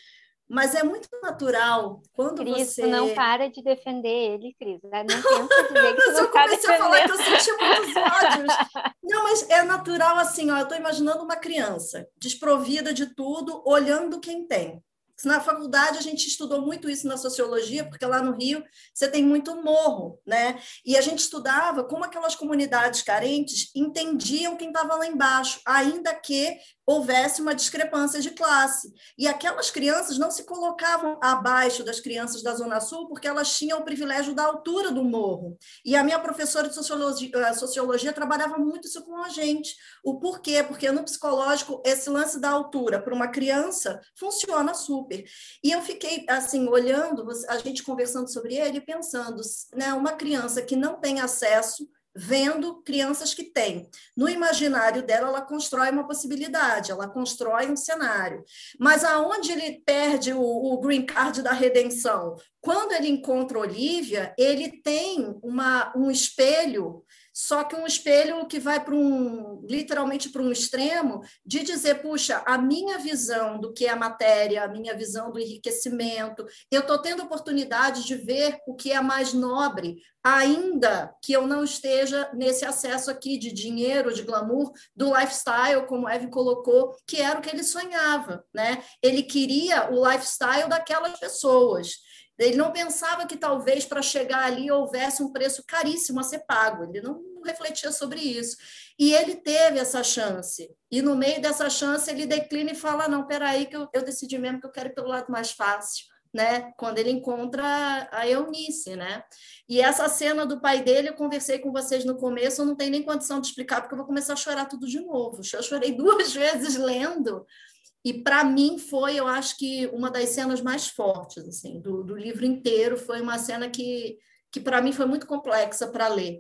Mas é muito natural quando Cris, você... tu não para de defender ele, Cris. Não tenta dizer que tu Mas eu não tá comecei a falar que eu defendendo. senti muitos ódios. Não, mas é natural assim, ó, eu estou imaginando uma criança desprovida de tudo, olhando quem tem. Na faculdade a gente estudou muito isso na sociologia, porque lá no Rio você tem muito morro, né? E a gente estudava como aquelas comunidades carentes entendiam quem estava lá embaixo, ainda que houvesse uma discrepância de classe. E aquelas crianças não se colocavam abaixo das crianças da Zona Sul, porque elas tinham o privilégio da altura do morro. E a minha professora de sociologia trabalhava muito isso com a gente. O porquê? Porque no psicológico, esse lance da altura para uma criança funciona super. E eu fiquei, assim, olhando, a gente conversando sobre ele, pensando, né, uma criança que não tem acesso, vendo crianças que têm. No imaginário dela, ela constrói uma possibilidade, ela constrói um cenário. Mas aonde ele perde o green card da redenção? Quando ele encontra Olivia, ele tem um espelho, só que um espelho que vai literalmente para um extremo, de dizer, puxa, a minha visão do que é a matéria, a minha visão do enriquecimento, eu estou tendo oportunidade de ver o que é mais nobre, ainda que eu não esteja nesse acesso aqui de dinheiro, de glamour, do lifestyle, como o Eve colocou, que era o que ele sonhava, né? Ele queria o lifestyle daquelas pessoas. Ele não pensava que talvez para chegar ali houvesse um preço caríssimo a ser pago, ele não refletia sobre isso. E ele teve essa chance, e no meio dessa chance ele declina e fala, não, peraí que eu decidi mesmo que eu quero ir pelo lado mais fácil, né? Quando ele encontra a Eunice, né? E essa cena do pai dele, eu conversei com vocês no começo, eu não tenho nem condição de explicar, porque eu vou começar a chorar tudo de novo. Eu chorei 2 vezes lendo, e para mim foi, eu acho que uma das cenas mais fortes assim, do livro inteiro. Foi uma cena que para mim foi muito complexa para ler.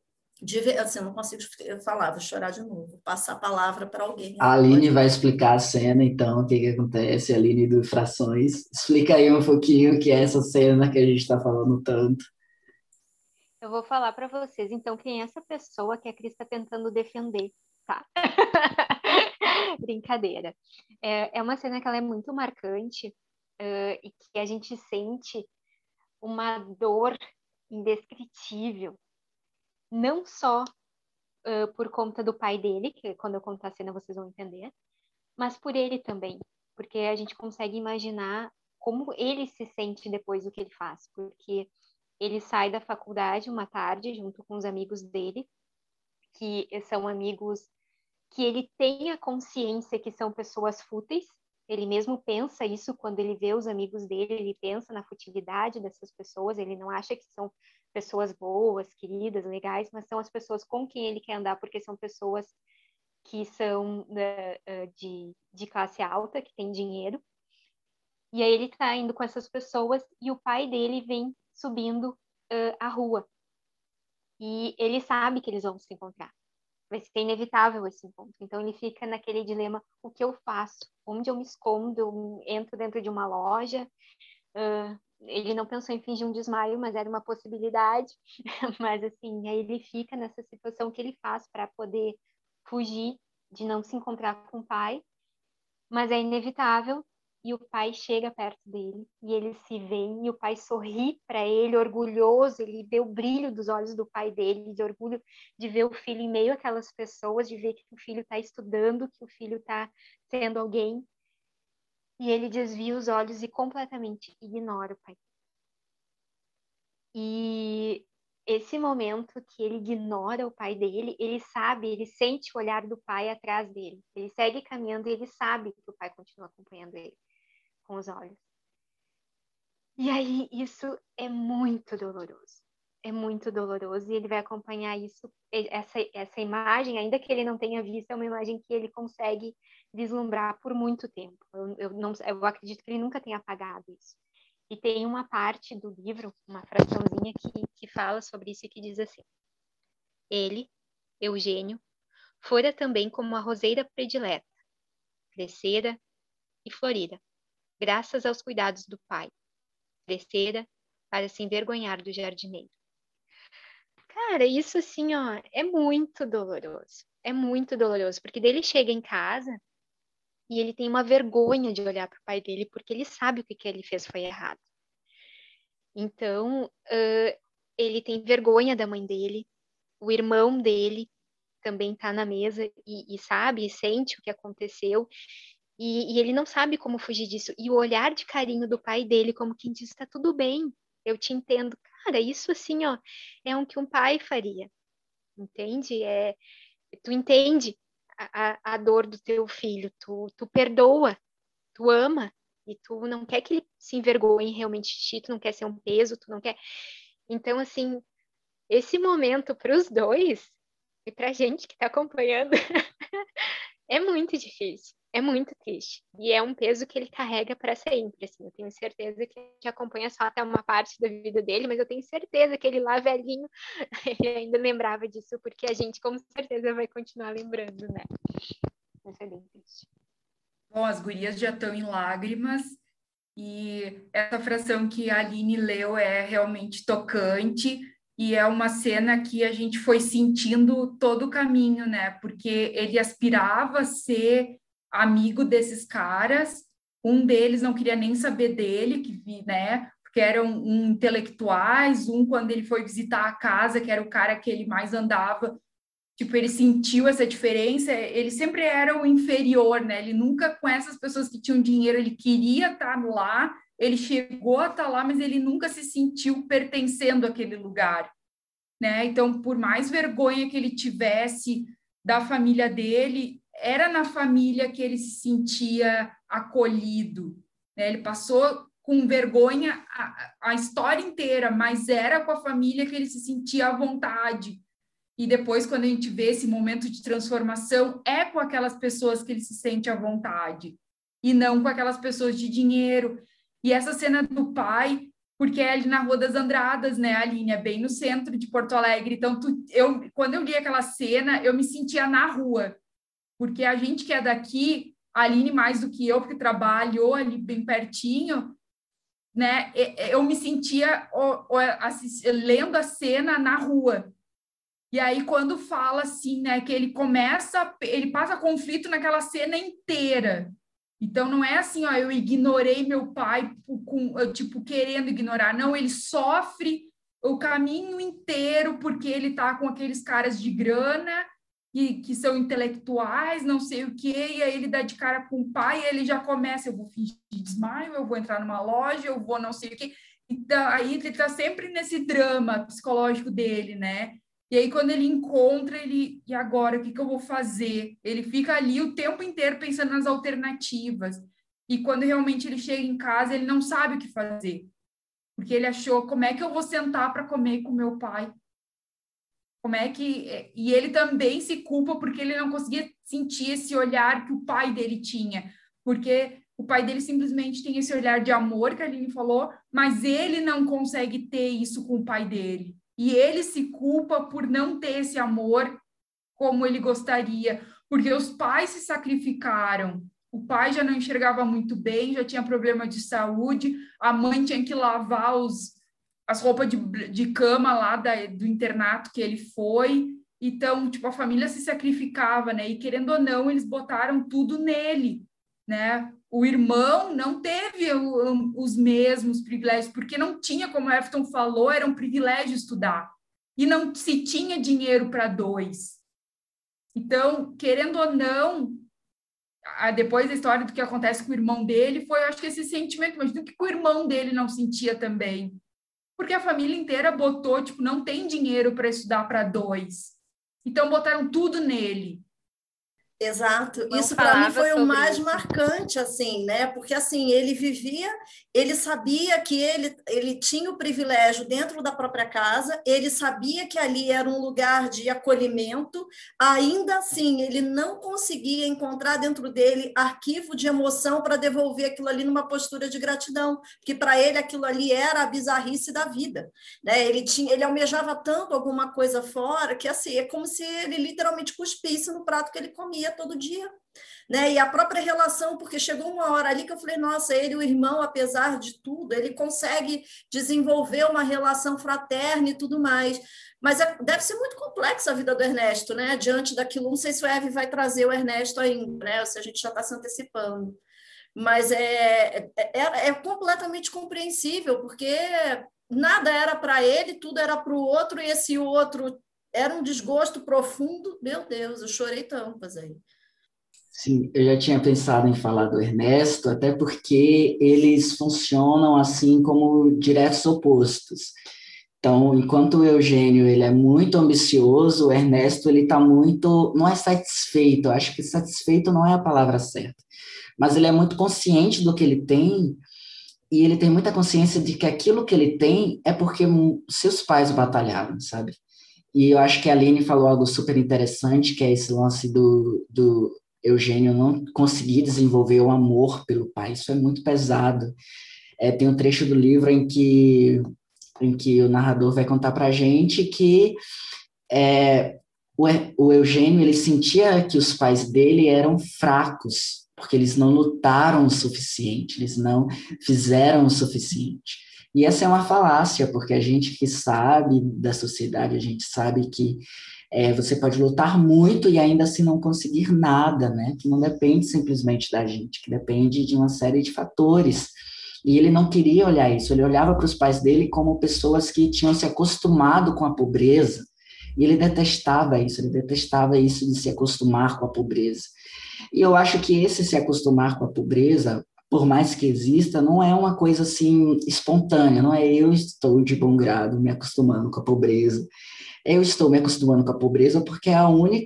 Assim, eu não consigo falar, vou chorar de novo, vou passar a palavra para alguém. A Aline vai explicar a cena, então, o que que acontece, Aline do Frações. Explica aí um pouquinho o que é essa cena que a gente está falando tanto. Eu vou falar para vocês, então, quem é essa pessoa que a Cris está tentando defender, tá? Brincadeira. É uma cena que ela é muito marcante, e que a gente sente uma dor indescritível, não só por conta do pai dele, que quando eu contar a cena vocês vão entender, mas por ele também, porque a gente consegue imaginar como ele se sente depois do que ele faz, porque ele sai da faculdade uma tarde junto com os amigos dele, que são amigos que ele tem a consciência que são pessoas fúteis. Ele mesmo pensa isso quando ele vê os amigos dele, ele pensa na futilidade dessas pessoas, ele não acha que são pessoas boas, queridas, legais, mas são as pessoas com quem ele quer andar, porque são pessoas que são de classe alta, que têm dinheiro. E aí ele está indo com essas pessoas e o pai dele vem subindo a rua. E ele sabe que eles vão se encontrar. Vai ser inevitável esse encontro. Então ele fica naquele dilema, o que eu faço? Onde eu me escondo? Eu entro dentro de uma loja? Ele não pensou em fingir um desmaio, mas era uma possibilidade. Mas assim, aí ele fica nessa situação que ele faz para poder fugir de não se encontrar com o pai. Mas é inevitável. E o pai chega perto dele e eles se veem e o pai sorri para ele, orgulhoso. Ele vê o brilho dos olhos do pai dele, de orgulho de ver o filho em meio àquelas pessoas, de ver que o filho está estudando, que o filho está sendo alguém. E ele desvia os olhos e completamente ignora o pai. E esse momento que ele ignora o pai dele, ele sabe, ele sente o olhar do pai atrás dele. Ele segue caminhando e ele sabe que o pai continua acompanhando ele com os olhos. E aí isso é muito doloroso. É muito doloroso e ele vai acompanhar isso, essa imagem, ainda que ele não tenha visto, é uma imagem que ele consegue vislumbrar por muito tempo. Eu acredito que ele nunca tenha apagado isso. E tem uma parte do livro, uma fraçãozinha que fala sobre isso e que diz assim: ele, Eugênio, fora também como a roseira predileta, crescera e florira, graças aos cuidados do pai, crescera para se envergonhar do jardineiro. Cara, isso assim, ó, é muito doloroso. É muito doloroso, porque dele chega em casa E ele tem uma vergonha de olhar para o pai dele, porque ele sabe o que ele fez foi errado. Então, ele tem vergonha da mãe dele, o irmão dele também está na mesa e sabe, e sente o que aconteceu, e ele não sabe como fugir disso. E o olhar de carinho do pai dele, como quem diz, está tudo bem, eu te entendo. Cara, isso assim, ó, é o que um pai faria, entende? Tu entende a dor do teu filho, tu perdoa, tu ama, e tu não quer que ele se envergonhe realmente de ti, tu não quer ser um peso, tu não quer... Então, assim, esse momento para os dois, e para a gente que está acompanhando, é muito difícil, é muito triste. E é um peso que ele carrega para sempre, assim. Eu tenho certeza que a gente acompanha só até uma parte da vida dele, mas eu tenho certeza que ele lá velhinho, ele ainda lembrava disso, porque a gente com certeza vai continuar lembrando, né? Mas é bem triste. Bom, as gurias já estão em lágrimas, e essa fração que a Aline leu é realmente tocante, e é uma cena que a gente foi sentindo todo o caminho, né? Porque ele aspirava a ser amigo desses caras, um deles não queria nem saber dele, né? Porque eram intelectuais, quando ele foi visitar a casa, que era o cara que ele mais andava, tipo, ele sentiu essa diferença, ele sempre era o inferior, né? Ele nunca, com essas pessoas que tinham dinheiro, ele queria estar lá, ele chegou a estar lá, mas ele nunca se sentiu pertencendo àquele lugar, né? Então, por mais vergonha que ele tivesse da família dele, era na família que ele se sentia acolhido, né? Ele passou com vergonha a história inteira, mas era com a família que ele se sentia à vontade. E depois, quando a gente vê esse momento de transformação, é com aquelas pessoas que ele se sente à vontade, e não com aquelas pessoas de dinheiro. E essa cena do pai, porque é ali na Rua das Andradas, né, Aline? É bem no centro de Porto Alegre. Então, quando eu li aquela cena, eu me sentia na rua, porque a gente que é daqui, a Aline mais do que eu, porque trabalhou ali bem pertinho, né? Eu me sentia lendo a cena na rua. E aí, quando fala assim, né, que ele passa conflito naquela cena inteira. Então, não é assim, ó, eu ignorei meu pai, tipo, querendo ignorar. Não, ele sofre o caminho inteiro porque ele tá com aqueles caras de grana que são intelectuais, não sei o quê, e aí ele dá de cara com o pai e ele já começa, eu vou fingir desmaio, eu vou entrar numa loja, eu vou não sei o quê. Então, aí ele tá sempre nesse drama psicológico dele, né? E aí, quando ele encontra, e agora, o que eu vou fazer? Ele fica ali o tempo inteiro pensando nas alternativas. E quando realmente ele chega em casa, ele não sabe o que fazer. Porque ele achou, como é que eu vou sentar para comer com meu pai? Como é que... E ele também se culpa porque ele não conseguia sentir esse olhar que o pai dele tinha. Porque o pai dele simplesmente tem esse olhar de amor, que a Aline falou, mas ele não consegue ter isso com o pai dele. E ele se culpa por não ter esse amor como ele gostaria, porque os pais se sacrificaram. O pai já não enxergava muito bem, já tinha problema de saúde, a mãe tinha que lavar as roupas de cama lá do internato que ele foi. Então, tipo, a família se sacrificava, né? E querendo ou não, eles botaram tudo nele, né? O irmão não teve os mesmos privilégios, porque não tinha, como o Everton falou, era um privilégio estudar. E não se tinha dinheiro para dois. Então, querendo ou não, depois da história do que acontece com o irmão dele, foi, eu acho que esse sentimento, mas do que o irmão dele não sentia também. Porque a família inteira botou, tipo, não tem dinheiro para estudar para dois. Então, botaram tudo nele. Exato. Isso para mim foi o mais marcante, assim, né? Porque assim, ele vivia, ele sabia que ele tinha o privilégio dentro da própria casa, ele sabia que ali era um lugar de acolhimento, ainda assim, ele não conseguia encontrar dentro dele arquivo de emoção para devolver aquilo ali numa postura de gratidão, porque para ele aquilo ali era a bizarrice da vida, né? Ele almejava tanto alguma coisa fora que assim, é como se ele literalmente cuspisse no prato que ele comia todo dia. né? E a própria relação, porque chegou uma hora ali que eu falei, nossa, ele, o irmão, apesar de tudo, ele consegue desenvolver uma relação fraterna e tudo mais. Mas deve ser muito complexa a vida do Ernesto, né? Diante daquilo, não sei se o Eve vai trazer o Ernesto ainda, né? Ou se a gente já está se antecipando. Mas é completamente compreensível, porque nada era para ele, tudo era para o outro, e esse outro era um desgosto profundo. Meu Deus, eu chorei tampas aí. Sim, eu já tinha pensado em falar do Ernesto, até porque eles funcionam assim como diretos opostos. Então, enquanto o Eugênio ele é muito ambicioso, o Ernesto ele está muito, não é satisfeito. Eu acho que satisfeito não é a palavra certa, mas ele é muito consciente do que ele tem e ele tem muita consciência de que aquilo que ele tem é porque seus pais batalharam, sabe? E eu acho que a Aline falou algo super interessante, que é esse lance do Eugênio não conseguir desenvolver o amor pelo pai. Isso é muito pesado. Tem um trecho do livro em que o narrador vai contar para a gente que o Eugênio ele sentia que os pais dele eram fracos, porque eles não lutaram o suficiente, eles não fizeram o suficiente. E essa é uma falácia, porque a gente que sabe da sociedade, a gente sabe que você pode lutar muito e ainda assim não conseguir nada, né? Que não depende simplesmente da gente, que depende de uma série de fatores. E ele não queria olhar isso, ele olhava para os pais dele como pessoas que tinham se acostumado com a pobreza, e ele detestava isso de se acostumar com a pobreza. E eu acho que esse se acostumar com a pobreza, por mais que exista, não é uma coisa assim espontânea, não é eu estou de bom grado me acostumando com a pobreza. Eu estou me acostumando com a pobreza porque é a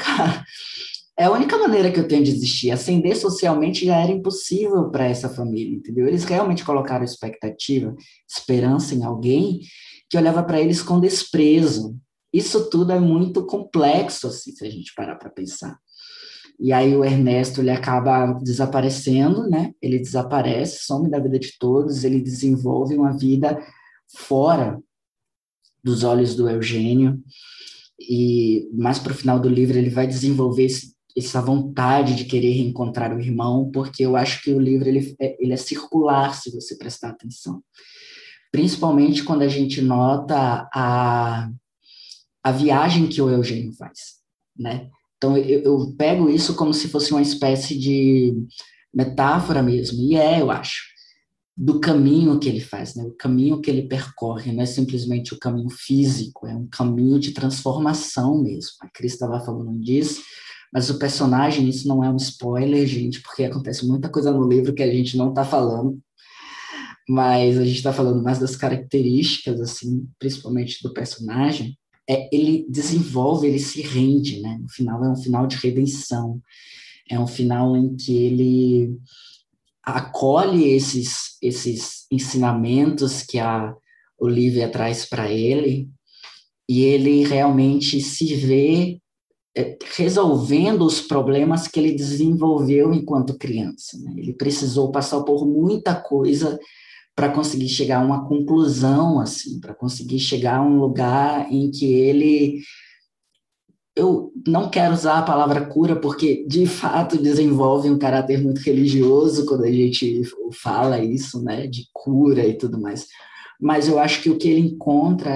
única maneira que eu tenho de existir. Ascender socialmente já era impossível para essa família, entendeu? Eles realmente colocaram expectativa, esperança em alguém que olhava para eles com desprezo. Isso tudo é muito complexo, assim, se a gente parar para pensar. E aí o Ernesto, ele acaba desaparecendo, né? Ele desaparece, some da vida de todos, ele desenvolve uma vida fora dos olhos do Eugênio, e mais para o final do livro ele vai desenvolver essa vontade de querer reencontrar o irmão, porque eu acho que o livro ele é circular, se você prestar atenção. Principalmente quando a gente nota a viagem que o Eugênio faz, né? Então, eu pego isso como se fosse uma espécie de metáfora mesmo, e eu acho, do caminho que ele faz, né? O caminho que ele percorre, não é simplesmente o caminho físico, é um caminho de transformação mesmo. A Cris estava falando disso, mas o personagem, isso não é um spoiler, gente, porque acontece muita coisa no livro que a gente não está falando, mas a gente está falando mais das características, assim, principalmente do personagem. Ele desenvolve, ele se rende, né? No final é um final de redenção, é um final em que ele acolhe esses ensinamentos que a Olivia traz para ele, e ele realmente se vê resolvendo os problemas que ele desenvolveu enquanto criança, né? Ele precisou passar por muita coisa para conseguir chegar a uma conclusão, assim, para conseguir chegar a um lugar em que ele... Eu não quero usar a palavra cura, porque, de fato, desenvolve um caráter muito religioso quando a gente fala isso, né, de cura e tudo mais. Mas eu acho que o que ele encontra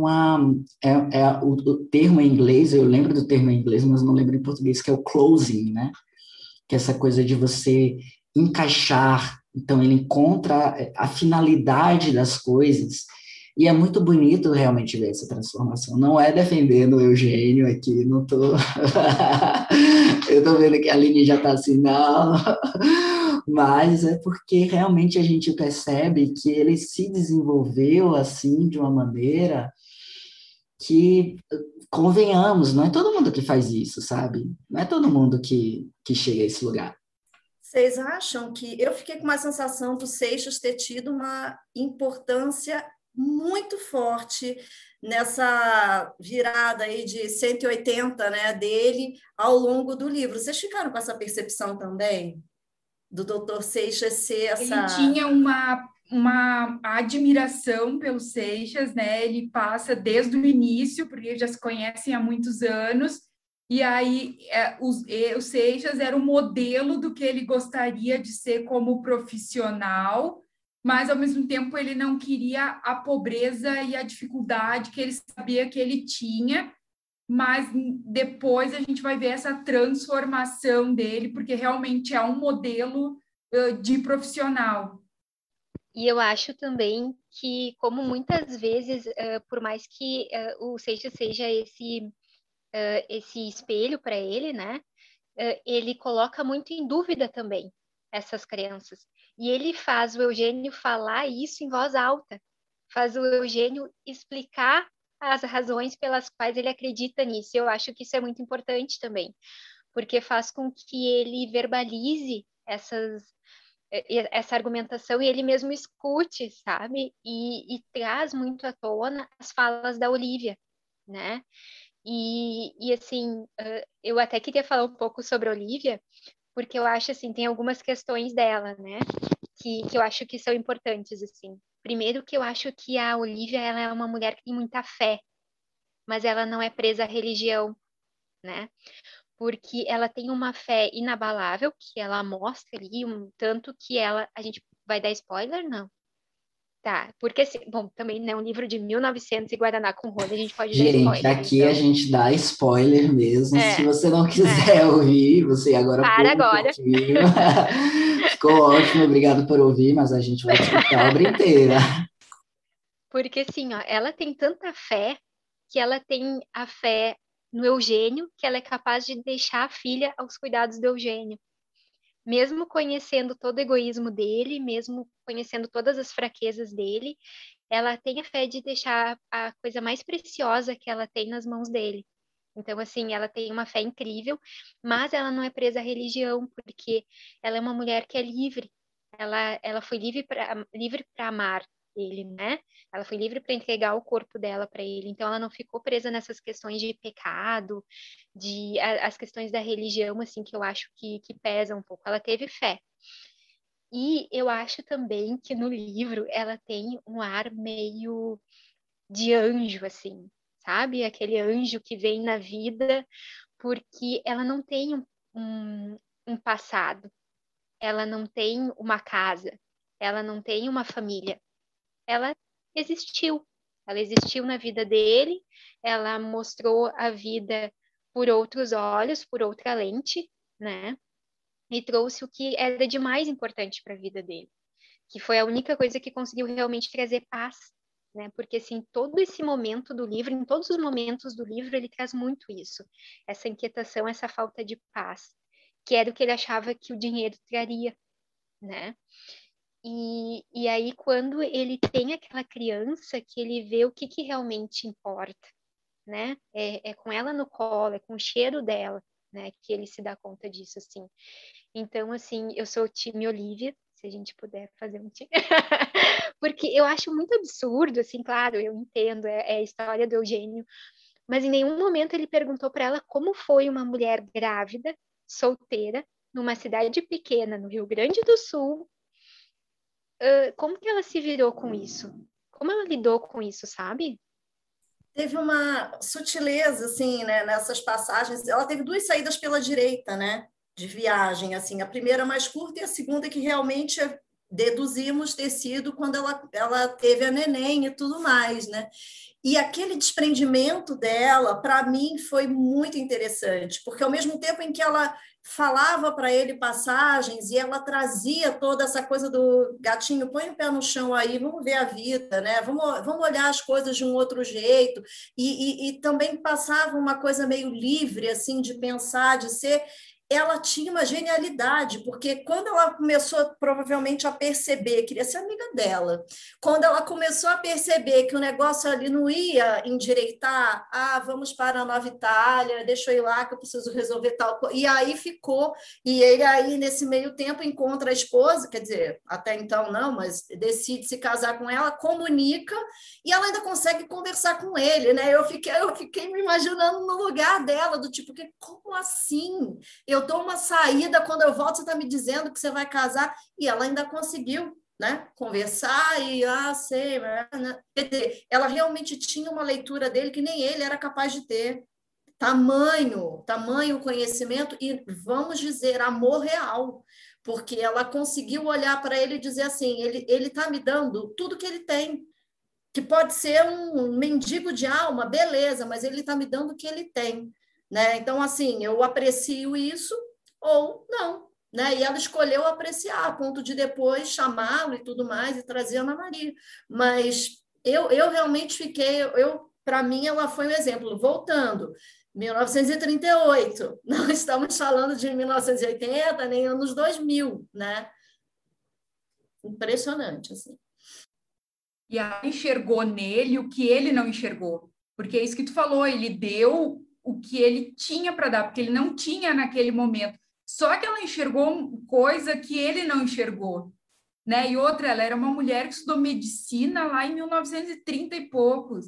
o termo em inglês, eu lembro do termo em inglês, mas não lembro em português, que é o closing, né? Que é essa coisa de você encaixar. Então, ele encontra a finalidade das coisas, e é muito bonito realmente ver essa transformação. Não é defendendo o Eugênio aqui, não tô... Eu tô vendo que a Aline já tá assim, não... Mas é porque realmente a gente percebe que ele se desenvolveu assim, de uma maneira que, convenhamos, não é todo mundo que faz isso, sabe? Não é todo mundo que chega a esse lugar. Vocês acham que... Eu fiquei com uma sensação do Seixas ter tido uma importância muito forte nessa virada aí de 180, né, dele ao longo do livro. Vocês ficaram com essa percepção também? Do Dr. Seixas ser essa... Ele tinha uma admiração pelo Seixas, né? Ele passa desde o início, porque já se conhecem há muitos anos, E aí o Seixas era o modelo do que ele gostaria de ser como profissional, mas, ao mesmo tempo, ele não queria a pobreza e a dificuldade que ele sabia que ele tinha, mas depois a gente vai ver essa transformação dele, porque realmente é um modelo de profissional. E eu acho também que, como muitas vezes, por mais que o Seixas seja esse espelho para ele, né? Ele coloca muito em dúvida também essas crenças. E ele faz o Eugênio falar isso em voz alta, faz o Eugênio explicar as razões pelas quais ele acredita nisso. Eu acho que isso é muito importante também, porque faz com que ele verbalize essa argumentação e ele mesmo escute, sabe? E traz muito à tona as falas da Olivia, né? E assim, eu até queria falar um pouco sobre a Olivia, porque eu acho, assim, tem algumas questões dela, né, que eu acho que são importantes, assim. Primeiro que eu acho que a Olivia, ela é uma mulher que tem muita fé, mas ela não é presa à religião, né, porque ela tem uma fé inabalável, que ela mostra ali, tanto que ela... A gente vai dar spoiler? Não. Tá, porque, assim, bom, também, né, um livro de 1900 e Guaraná com rolha, a gente pode dar Gente, spoiler, aqui a então... gente dá spoiler mesmo. Se É, você não é. quiser ouvir, você agora Para pula um agora. pouquinho. Ficou ótimo, obrigado por ouvir, mas a gente vai discutir a obra inteira. Porque assim, ó, ela tem tanta fé que ela tem a fé no Eugênio, que ela é capaz de deixar a filha aos cuidados do Eugênio. Mesmo conhecendo todo o egoísmo dele, mesmo conhecendo todas as fraquezas dele, ela tem a fé de deixar a coisa mais preciosa que ela tem nas mãos dele. Então, assim, ela tem uma fé incrível, mas ela não é presa à religião, porque ela é uma mulher que é livre. Ela foi livre para amar ele, né? Ela foi livre para entregar o corpo dela para ele. Então, ela não ficou presa nessas questões de pecado, as questões da religião, assim, que eu acho que pesa um pouco. Ela teve fé. E eu acho também que no livro ela tem um ar meio de anjo, assim, sabe? Aquele anjo que vem na vida porque ela não tem um passado, ela não tem uma casa, ela não tem uma família. Ela existiu. Ela existiu na vida dele, ela mostrou a vida por outros olhos, por outra lente, né? E trouxe o que era de mais importante para a vida dele, que foi a única coisa que conseguiu realmente trazer paz, né? Porque assim, todo esse momento do livro, em todos os momentos do livro, ele traz muito isso, essa inquietação, essa falta de paz, que era o que ele achava que o dinheiro traria, né? E aí, quando ele tem aquela criança, que ele vê o que realmente importa, né? É com ela no colo, é com o cheiro dela, né? Que ele se dá conta disso, assim. Então, assim, eu sou o time Olivia, se a gente puder fazer um time. Porque eu acho muito absurdo, assim, claro, eu entendo, é a história do Eugênio, mas em nenhum momento ele perguntou para ela como foi uma mulher grávida, solteira, numa cidade pequena, no Rio Grande do Sul, como que ela se virou com isso? Como ela lidou com isso, sabe? Teve uma sutileza, assim, né, nessas passagens. Ela teve duas saídas pela direita, né, de viagem, assim. A primeira mais curta e a segunda que realmente deduzimos ter sido quando ela teve a neném e tudo mais, né? E aquele desprendimento dela, para mim, foi muito interessante, porque ao mesmo tempo em que ela falava para ele passagens e ela trazia toda essa coisa do gatinho, põe o pé no chão aí, vamos ver a vida, né? Vamos olhar as coisas de um outro jeito, e também passava uma coisa meio livre, assim, de pensar, de ser... Ela tinha uma genialidade, porque quando ela começou provavelmente a perceber, queria ser amiga dela, quando ela começou a perceber que o negócio ali não ia endireitar, vamos para a Nova Itália, deixa eu ir lá que eu preciso resolver tal coisa, e aí ficou, e ele aí nesse meio tempo encontra a esposa, quer dizer, até então não, mas decide se casar com ela, comunica, e ela ainda consegue conversar com ele, né? Eu fiquei me imaginando no lugar dela, do tipo, como assim? Eu dou uma saída, quando eu volto, você está me dizendo que você vai casar, e ela ainda conseguiu, né, conversar e, sei, né? Quer dizer, ela realmente tinha uma leitura dele que nem ele era capaz de ter. tamanho conhecimento e, vamos dizer, amor real, porque ela conseguiu olhar para ele e dizer assim, ele está me dando tudo que ele tem, que pode ser um mendigo de alma, beleza, mas ele está me dando o que ele tem, né? Então, assim, eu aprecio isso ou não, né? E ela escolheu apreciar, a ponto de depois chamá-lo e tudo mais, e trazer a Ana Maria. Mas eu realmente fiquei, para mim, ela foi um exemplo. Voltando, 1938, não estamos falando de 1980, nem anos 2000, né? Impressionante, assim. E ela enxergou nele o que ele não enxergou. Porque é isso que tu falou, ele deu o que ele tinha para dar, porque ele não tinha naquele momento. Só que ela enxergou coisa que ele não enxergou, né? E outra, ela era uma mulher que estudou medicina lá em 1930 e poucos.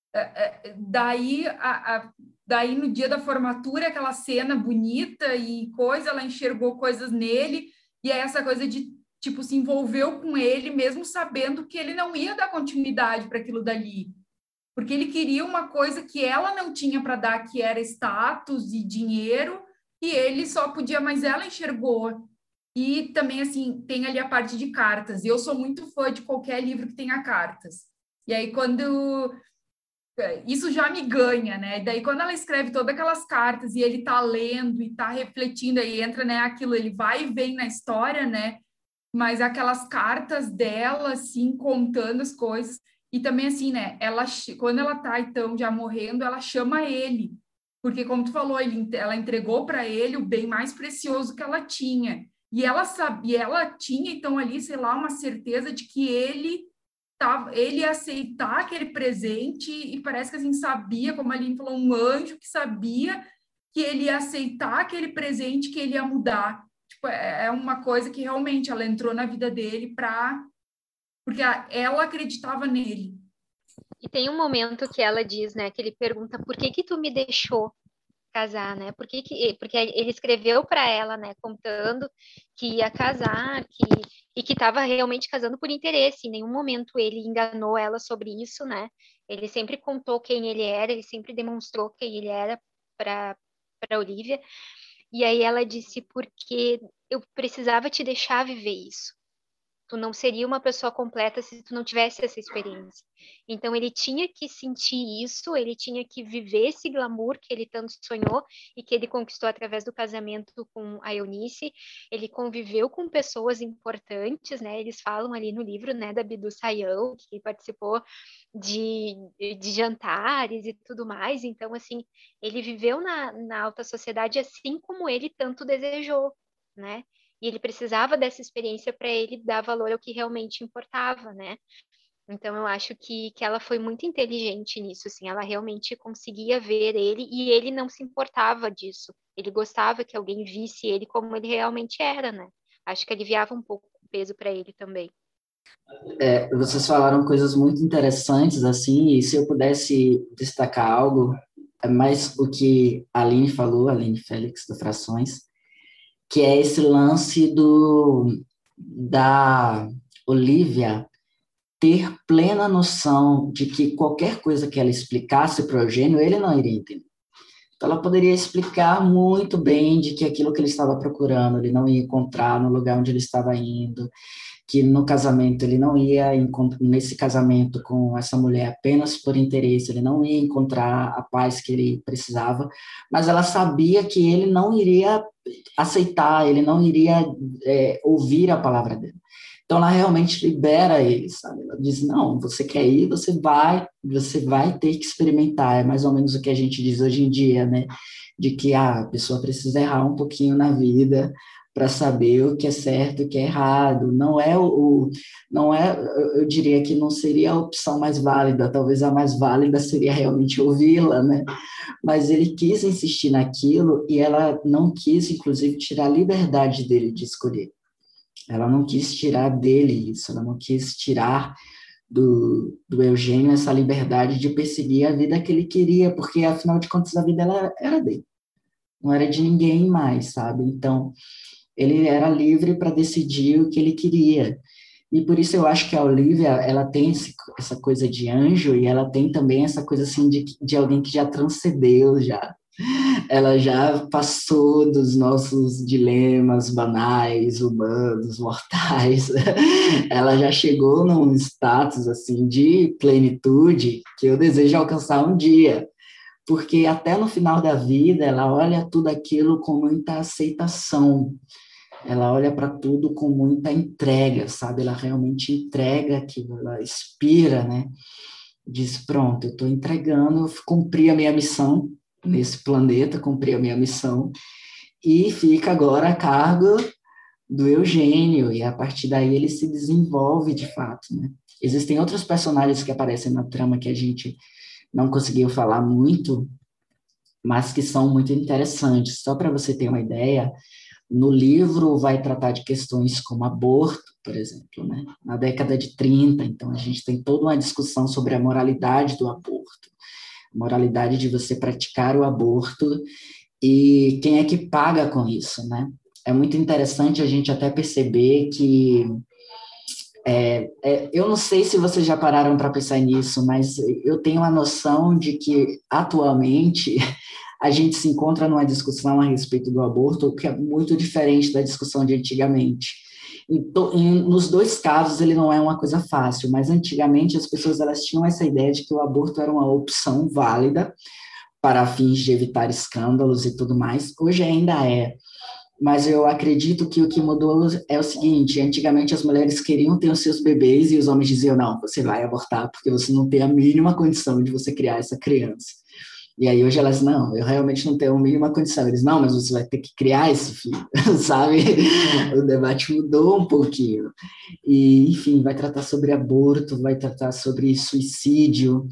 Daí, no dia da formatura, aquela cena bonita e coisa, ela enxergou coisas nele, e é essa coisa de tipo, se envolveu com ele, mesmo sabendo que ele não ia dar continuidade para aquilo dali. Porque ele queria uma coisa que ela não tinha para dar, que era status e dinheiro, e ele só podia, mas ela enxergou. E também, assim, tem ali a parte de cartas. E eu sou muito fã de qualquer livro que tenha cartas. E aí, quando... Isso já me ganha, né? E daí, quando ela escreve todas aquelas cartas e ele tá lendo e tá refletindo, aí entra, né, aquilo, ele vai e vem na história, né? Mas aquelas cartas dela, assim, contando as coisas. E também, assim, né, quando ela tá, então, já morrendo, ela chama ele. Porque, como tu falou, ela entregou para ele o bem mais precioso que ela tinha. E ela sabia, ela tinha, então, ali, sei lá, uma certeza de que ele ia aceitar aquele presente e parece que, assim, sabia, como a Aline falou, um anjo que sabia que ele ia aceitar aquele presente, que ele ia mudar. Tipo, é uma coisa que realmente ela entrou na vida dele porque ela acreditava nele. E tem um momento que ela diz, né, que ele pergunta, por que tu me deixou casar, né? Porque ele escreveu para ela, né, contando que ia casar, e que estava realmente casando por interesse. Em nenhum momento ele enganou ela sobre isso, né? Ele sempre contou quem ele era, ele sempre demonstrou quem ele era para Olivia. E aí ela disse, porque eu precisava te deixar viver isso. Tu não seria uma pessoa completa se tu não tivesse essa experiência. Então ele tinha que sentir isso, ele tinha que viver esse glamour que ele tanto sonhou e que ele conquistou através do casamento com a Eunice. Ele conviveu com pessoas importantes, né? Eles falam ali no livro, né, da Bidu Sayão, que participou de jantares e tudo mais. Então, assim, ele viveu na alta sociedade assim como ele tanto desejou, né? E ele precisava dessa experiência para ele dar valor ao que realmente importava, né? Então eu acho que ela foi muito inteligente nisso, assim, ela realmente conseguia ver ele e ele não se importava disso. Ele gostava que alguém visse ele como ele realmente era, né? Acho que aliviava um pouco o peso para ele também. Vocês falaram coisas muito interessantes, assim, e se eu pudesse destacar algo, é mais o que a Aline falou, a Aline Félix, do Frações, que é esse lance da Olivia ter plena noção de que qualquer coisa que ela explicasse para o Eugênio, ele não iria entender. Então, ela poderia explicar muito bem de que aquilo que ele estava procurando, ele não ia encontrar no lugar onde ele estava indo, que no casamento ele não ia encontrar, nesse casamento com essa mulher apenas por interesse, ele não ia encontrar a paz que ele precisava, mas ela sabia que ele não iria aceitar, ele não iria ouvir a palavra dele. Então ela realmente libera ele, sabe? Ela diz, não, você quer ir, você vai ter que experimentar. É mais ou menos o que a gente diz hoje em dia, né? De que a pessoa precisa errar um pouquinho na vida para saber o que é certo e o que é errado. Não é eu diria que não seria a opção mais válida, talvez a mais válida seria realmente ouvi-la, né? Mas ele quis insistir naquilo e ela não quis, inclusive, tirar a liberdade dele de escolher. Ela não quis tirar dele isso, ela não quis tirar do Eugênio essa liberdade de perseguir a vida que ele queria, porque, afinal de contas, a vida era dele, não era de ninguém mais, sabe? Então, ele era livre para decidir o que ele queria. E por isso eu acho que a Olivia, ela tem essa coisa de anjo e ela tem também essa coisa assim de alguém que já transcendeu, já ela já passou dos nossos dilemas banais, humanos, mortais. Ela já chegou num status assim de plenitude que eu desejo alcançar um dia, porque até no final da vida ela olha tudo aquilo com muita aceitação. Ela olha para tudo com muita entrega, sabe? Ela realmente entrega aquilo, ela inspira, né? Diz, pronto, eu estou entregando, eu cumpri a minha missão nesse planeta, cumpri a minha missão, e fica agora a cargo do Eugênio, e a partir daí ele se desenvolve de fato, né? Existem outros personagens que aparecem na trama que a gente não conseguiu falar muito, mas que são muito interessantes. Só para você ter uma ideia, no livro vai tratar de questões como aborto, por exemplo, né? Na década de 30, então a gente tem toda uma discussão sobre a moralidade do aborto, a moralidade de você praticar o aborto e quem é que paga com isso, né? É muito interessante a gente até perceber que eu não sei se vocês já pararam para pensar nisso, mas eu tenho a noção de que atualmente a gente se encontra numa discussão a respeito do aborto que é muito diferente da discussão de antigamente. Nos dois casos, ele não é uma coisa fácil, mas antigamente as pessoas elas tinham essa ideia de que o aborto era uma opção válida para fins de evitar escândalos e tudo mais. Hoje ainda é, mas eu acredito que o que mudou é o seguinte: antigamente as mulheres queriam ter os seus bebês e os homens diziam, não, você vai abortar porque você não tem a mínima condição de você criar essa criança. E aí hoje elas, não, eu realmente não tenho a mínima condição. Eles, não, mas você vai ter que criar esse filho, sabe? O debate mudou um pouquinho. E, enfim, vai tratar sobre aborto, vai tratar sobre suicídio.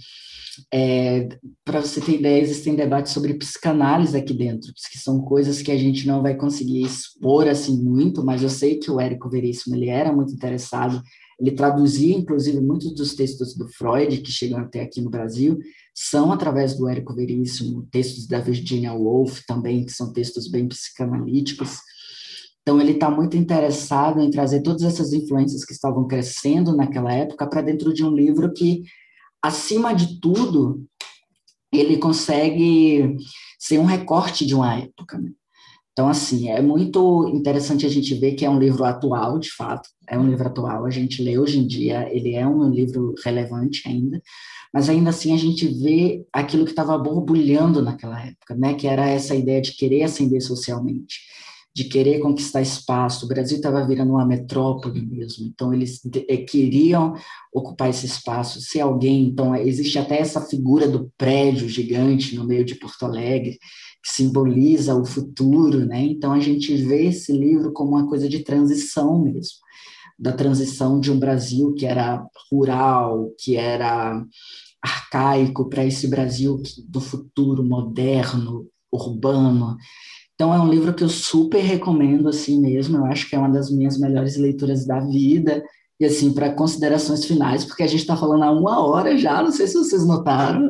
Para você ter ideia, existem debates sobre psicanálise aqui dentro, que são coisas que a gente não vai conseguir expor assim muito, mas eu sei que o Érico Veríssimo, ele era muito interessado, ele traduzia, inclusive, muitos dos textos do Freud, que chegam até aqui no Brasil, são através do Érico Veríssimo, textos da Virginia Woolf também, que são textos bem psicanalíticos. Então, ele está muito interessado em trazer todas essas influências que estavam crescendo naquela época para dentro de um livro que, acima de tudo, ele consegue ser um recorte de uma época, né? Então, assim, é muito interessante a gente ver que é um livro atual, de fato, é um livro atual, a gente lê hoje em dia, ele é um livro relevante ainda, mas ainda assim a gente vê aquilo que estava borbulhando naquela época, né, que era essa ideia de querer ascender socialmente, de querer conquistar espaço. O Brasil estava virando uma metrópole mesmo, então eles queriam ocupar esse espaço, ser alguém. Então existe até essa figura do prédio gigante no meio de Porto Alegre, que simboliza o futuro, né? Então a gente vê esse livro como uma coisa de transição mesmo, da transição de um Brasil que era rural, que era arcaico, para esse Brasil do futuro moderno, urbano. Então, é um livro que eu super recomendo, assim mesmo, eu acho que é uma das minhas melhores leituras da vida, e assim, para considerações finais, porque a gente está falando há 1 hora já, não sei se vocês notaram,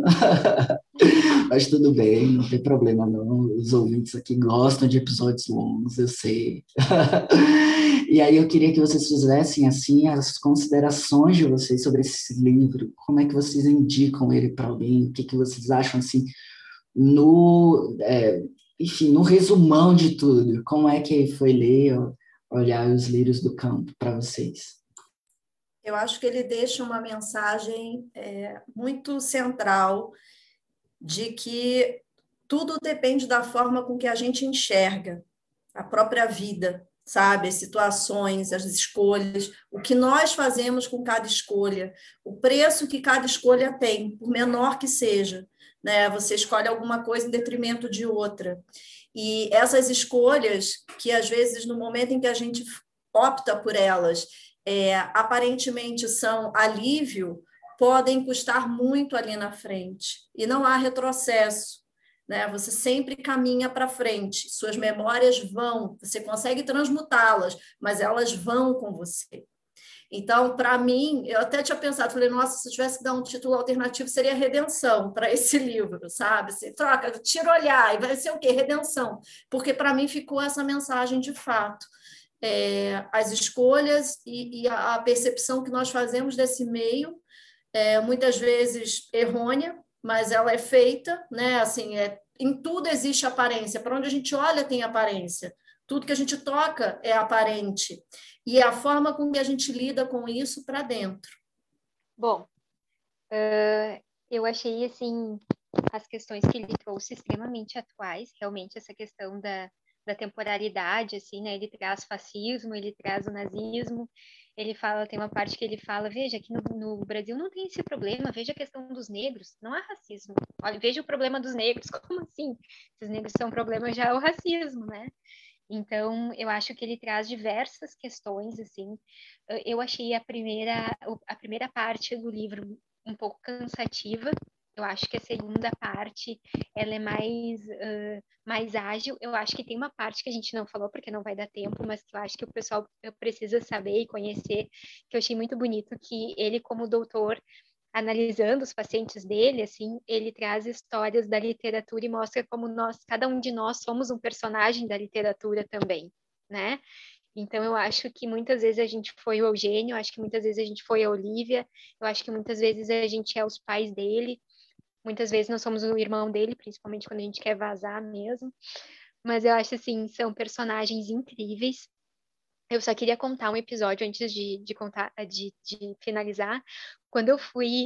mas tudo bem, não tem problema não, os ouvintes aqui gostam de episódios longos, eu sei. E aí eu queria que vocês fizessem, assim, as considerações de vocês sobre esse livro, como é que vocês indicam ele para alguém, o que que vocês acham, assim, enfim, no resumão de tudo, como é que foi ler, olhar os lírios do campo para vocês? Eu acho que ele deixa uma mensagem muito central de que tudo depende da forma com que a gente enxerga a própria vida, sabe? As situações, as escolhas, o que nós fazemos com cada escolha, o preço que cada escolha tem, por menor que seja, né? Você escolhe alguma coisa em detrimento de outra. E essas escolhas, que às vezes no momento em que a gente opta por elas, aparentemente são alívio, podem custar muito ali na frente. E não há retrocesso, né? Você sempre caminha para frente, suas memórias vão, você consegue transmutá-las, mas elas vão com você. Então, para mim, eu até tinha pensado, falei, nossa, se eu tivesse que dar um título alternativo, seria Redenção para esse livro, sabe? Você troca, tira olhar, e vai ser o quê? Redenção. Porque para mim ficou essa mensagem de fato. As escolhas e a percepção que nós fazemos desse meio, muitas vezes errônea, mas ela é feita, né? Assim, em tudo existe aparência. Para onde a gente olha tem aparência. Tudo que a gente toca é aparente. E é a forma com que a gente lida com isso para dentro. Bom, eu achei, assim, as questões que ele trouxe extremamente atuais, realmente essa questão da temporalidade, assim, né? Ele traz fascismo, ele traz o nazismo, ele fala, tem uma parte que ele fala, veja, aqui no Brasil não tem esse problema, veja a questão dos negros, não há racismo. Olha, veja o problema dos negros, como assim? Se os negros são um problema, já é o racismo, né? Então, eu acho que ele traz diversas questões, assim. Eu achei a primeira parte do livro um pouco cansativa. Eu acho que a segunda parte, ela é mais ágil. Eu acho que tem uma parte que a gente não falou, porque não vai dar tempo, mas que eu acho que o pessoal precisa saber e conhecer, que eu achei muito bonito, que ele, como doutor, analisando os pacientes dele, assim, ele traz histórias da literatura e mostra como cada um de nós somos um personagem da literatura também, né? Então, eu acho que muitas vezes a gente foi o Eugênio, eu acho que muitas vezes a gente foi a Olívia, eu acho que muitas vezes a gente é os pais dele, muitas vezes nós somos o irmão dele, principalmente quando a gente quer vazar mesmo. Mas eu acho, assim, são personagens incríveis. Eu só queria contar um episódio antes de finalizar. Quando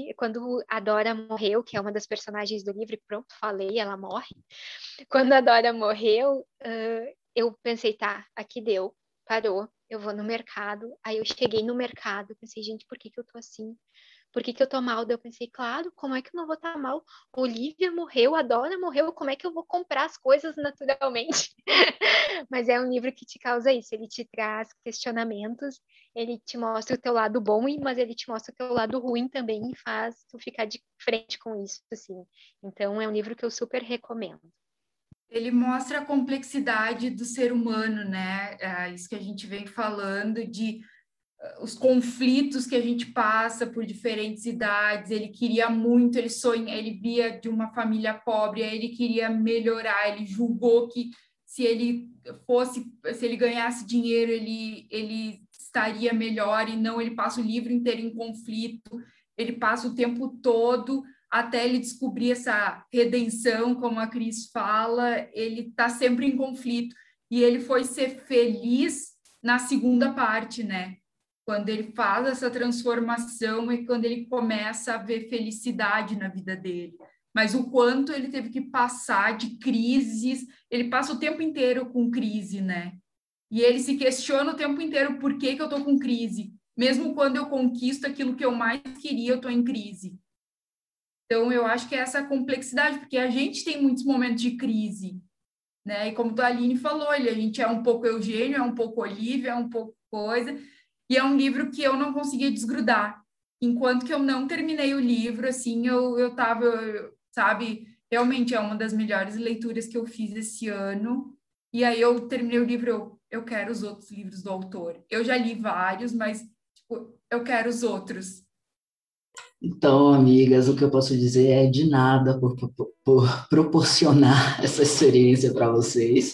a Dora morreu, que é uma das personagens do livro, pronto, falei, ela morre. Quando a Dora morreu, eu pensei, tá, aqui deu, parou, eu vou no mercado. Aí eu cheguei no mercado, pensei, gente, por que eu tô assim? Por que eu tô mal? Daí eu pensei, claro, como é que eu não vou estar mal? Olivia morreu, a Dora morreu, como é que eu vou comprar as coisas naturalmente? Mas é um livro que te causa isso, ele te traz questionamentos, ele te mostra o teu lado bom, mas ele te mostra o teu lado ruim também e faz tu ficar de frente com isso, assim. Então é um livro que eu super recomendo. Ele mostra a complexidade do ser humano, né? Isso que a gente vem falando de os conflitos que a gente passa por diferentes idades. Ele queria muito, ele via de uma família pobre, aí ele queria melhorar, ele julgou que se ele ganhasse dinheiro, ele estaria melhor, e não, ele passa o livro inteiro em conflito, ele passa o tempo todo até ele descobrir essa redenção, como a Cris fala, ele está sempre em conflito, e ele foi ser feliz na segunda parte, né? Quando ele faz essa transformação e quando ele começa a ver felicidade na vida dele. Mas o quanto ele teve que passar de crises, ele passa o tempo inteiro com crise, né? E ele se questiona o tempo inteiro por que eu estou com crise. Mesmo quando eu conquisto aquilo que eu mais queria, eu estou em crise. Então, eu acho que é essa complexidade, porque a gente tem muitos momentos de crise, né? E como a Aline falou, a gente é um pouco Eugênio, é um pouco Olívia, é um pouco coisa... E é um livro que eu não conseguia desgrudar. Enquanto que eu não terminei o livro, assim, eu tava, sabe, realmente é uma das melhores leituras que eu fiz esse ano. E aí eu terminei o livro, eu quero os outros livros do autor. Eu já li vários, mas, tipo, eu quero os outros. Então, amigas, o que eu posso dizer é de nada por proporcionar essa experiência para vocês.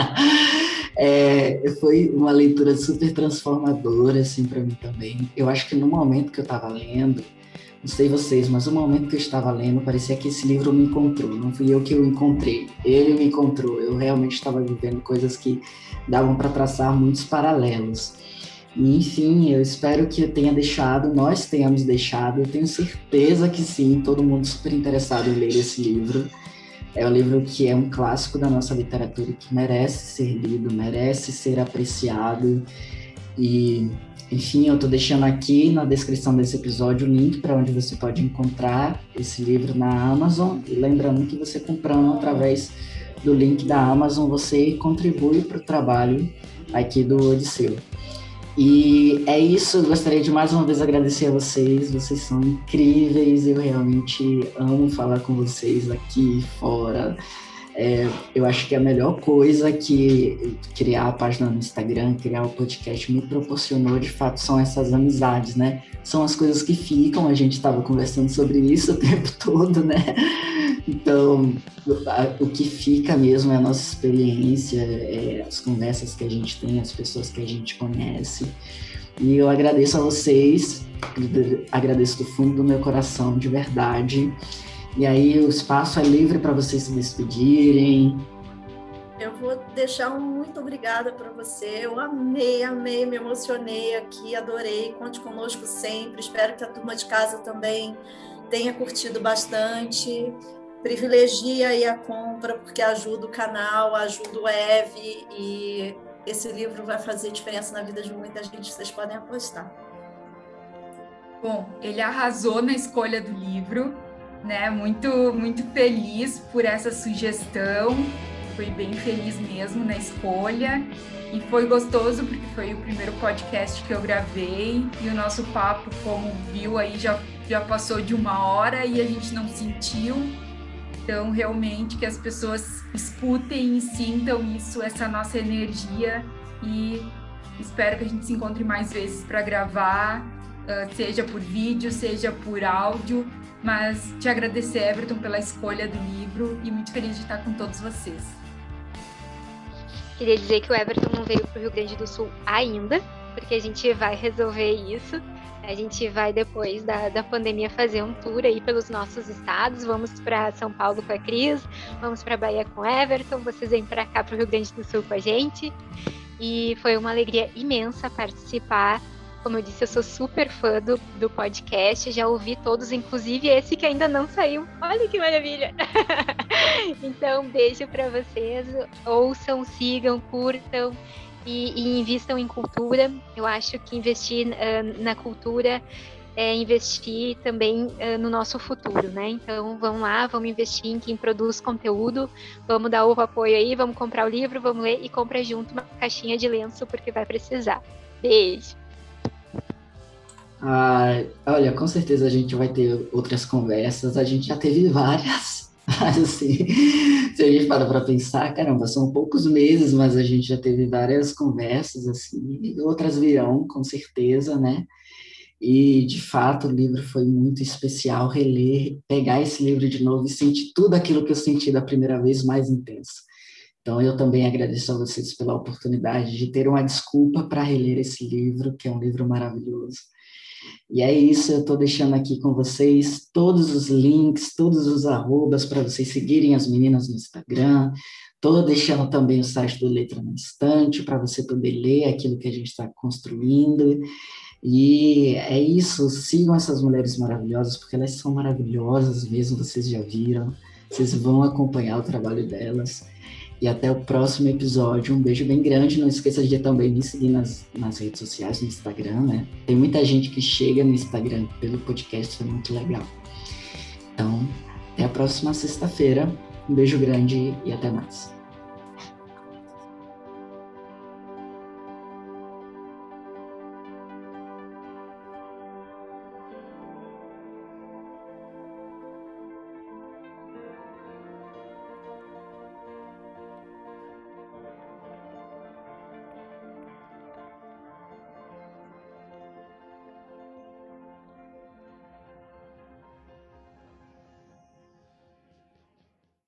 Foi uma leitura super transformadora, assim, para mim também. Eu acho que no momento que eu estava lendo, não sei vocês, mas no momento que eu estava lendo, parecia que esse livro me encontrou. Não fui eu que o encontrei, ele me encontrou. Eu realmente estava vivendo coisas que davam para traçar muitos paralelos. E, enfim, eu espero que nós tenhamos deixado, eu tenho certeza que sim, todo mundo super interessado em ler esse livro. É um livro que é um clássico da nossa literatura, que merece ser lido, merece ser apreciado. E, enfim, eu estou deixando aqui na descrição desse episódio o link para onde você pode encontrar esse livro na Amazon. E lembrando que você comprando através do link da Amazon, você contribui para o trabalho aqui do Odisseu. E é isso, eu gostaria de mais uma vez agradecer a vocês são incríveis, eu realmente amo falar com vocês aqui e fora. Eu acho que a melhor coisa que criar a página no Instagram, criar o podcast me proporcionou, de fato, são essas amizades, né? São as coisas que ficam, a gente estava conversando sobre isso o tempo todo, né? Então, o que fica mesmo é a nossa experiência, as conversas que a gente tem, as pessoas que a gente conhece. E eu agradeço a vocês, agradeço do fundo do meu coração, de verdade. E aí o espaço é livre para vocês se despedirem. Eu vou deixar um muito obrigada para você. Eu amei, me emocionei aqui, adorei. Conte conosco sempre. Espero que a turma de casa também tenha curtido bastante. Privilegie aí a compra, porque ajuda o canal, ajuda o Eve, e esse livro vai fazer diferença na vida de muita gente, vocês podem apostar. Bom, ele arrasou na escolha do livro, né? Muito, muito feliz por essa sugestão. Fui bem feliz mesmo na escolha. E foi gostoso, porque foi o primeiro podcast que eu gravei. E o nosso papo, como viu aí, já passou de 1 hora e a gente não sentiu. Então, realmente, que as pessoas escutem e sintam isso, essa nossa energia. E espero que a gente se encontre mais vezes para gravar, seja por vídeo, seja por áudio. Mas te agradecer, Everton, pela escolha do livro e muito feliz de estar com todos vocês. Queria dizer que o Everton não veio para o Rio Grande do Sul ainda, porque a gente vai resolver isso. A gente vai, depois da pandemia, fazer um tour aí pelos nossos estados. Vamos para São Paulo com a Cris, vamos para Bahia com o Everton, vocês vêm para cá, para o Rio Grande do Sul com a gente. E foi uma alegria imensa participar. Como eu disse, eu sou super fã do podcast, já ouvi todos, inclusive esse que ainda não saiu. Olha que maravilha! Então, beijo para vocês. Ouçam, sigam, curtam e invistam em cultura. Eu acho que investir na cultura é investir também no nosso futuro, né? Então, vamos lá, vamos investir em quem produz conteúdo, vamos dar o apoio aí, vamos comprar o livro, vamos ler e compra junto uma caixinha de lenço, porque vai precisar. Beijo! Olha, com certeza a gente vai ter outras conversas, a gente já teve várias, mas assim, se a gente para pensar, caramba, são poucos meses, mas a gente já teve várias conversas, assim, e outras virão, com certeza, né? E, de fato, o livro foi muito especial, reler, pegar esse livro de novo e sentir tudo aquilo que eu senti da primeira vez mais intenso. Então, eu também agradeço a vocês pela oportunidade de ter uma desculpa para reler esse livro, que é um livro maravilhoso. E é isso, eu estou deixando aqui com vocês todos os links, todos os arrobas para vocês seguirem as meninas no Instagram. Estou deixando também o site do Letra na Estante para você poder ler aquilo que a gente está construindo. E é isso, sigam essas mulheres maravilhosas, porque elas são maravilhosas mesmo, vocês já viram. Vocês vão acompanhar o trabalho delas. E até o próximo episódio. Um beijo bem grande. Não esqueça de também me seguir nas redes sociais, no Instagram, né? Tem muita gente que chega no Instagram pelo podcast, foi muito legal. Então, até a próxima sexta-feira. Um beijo grande e até mais.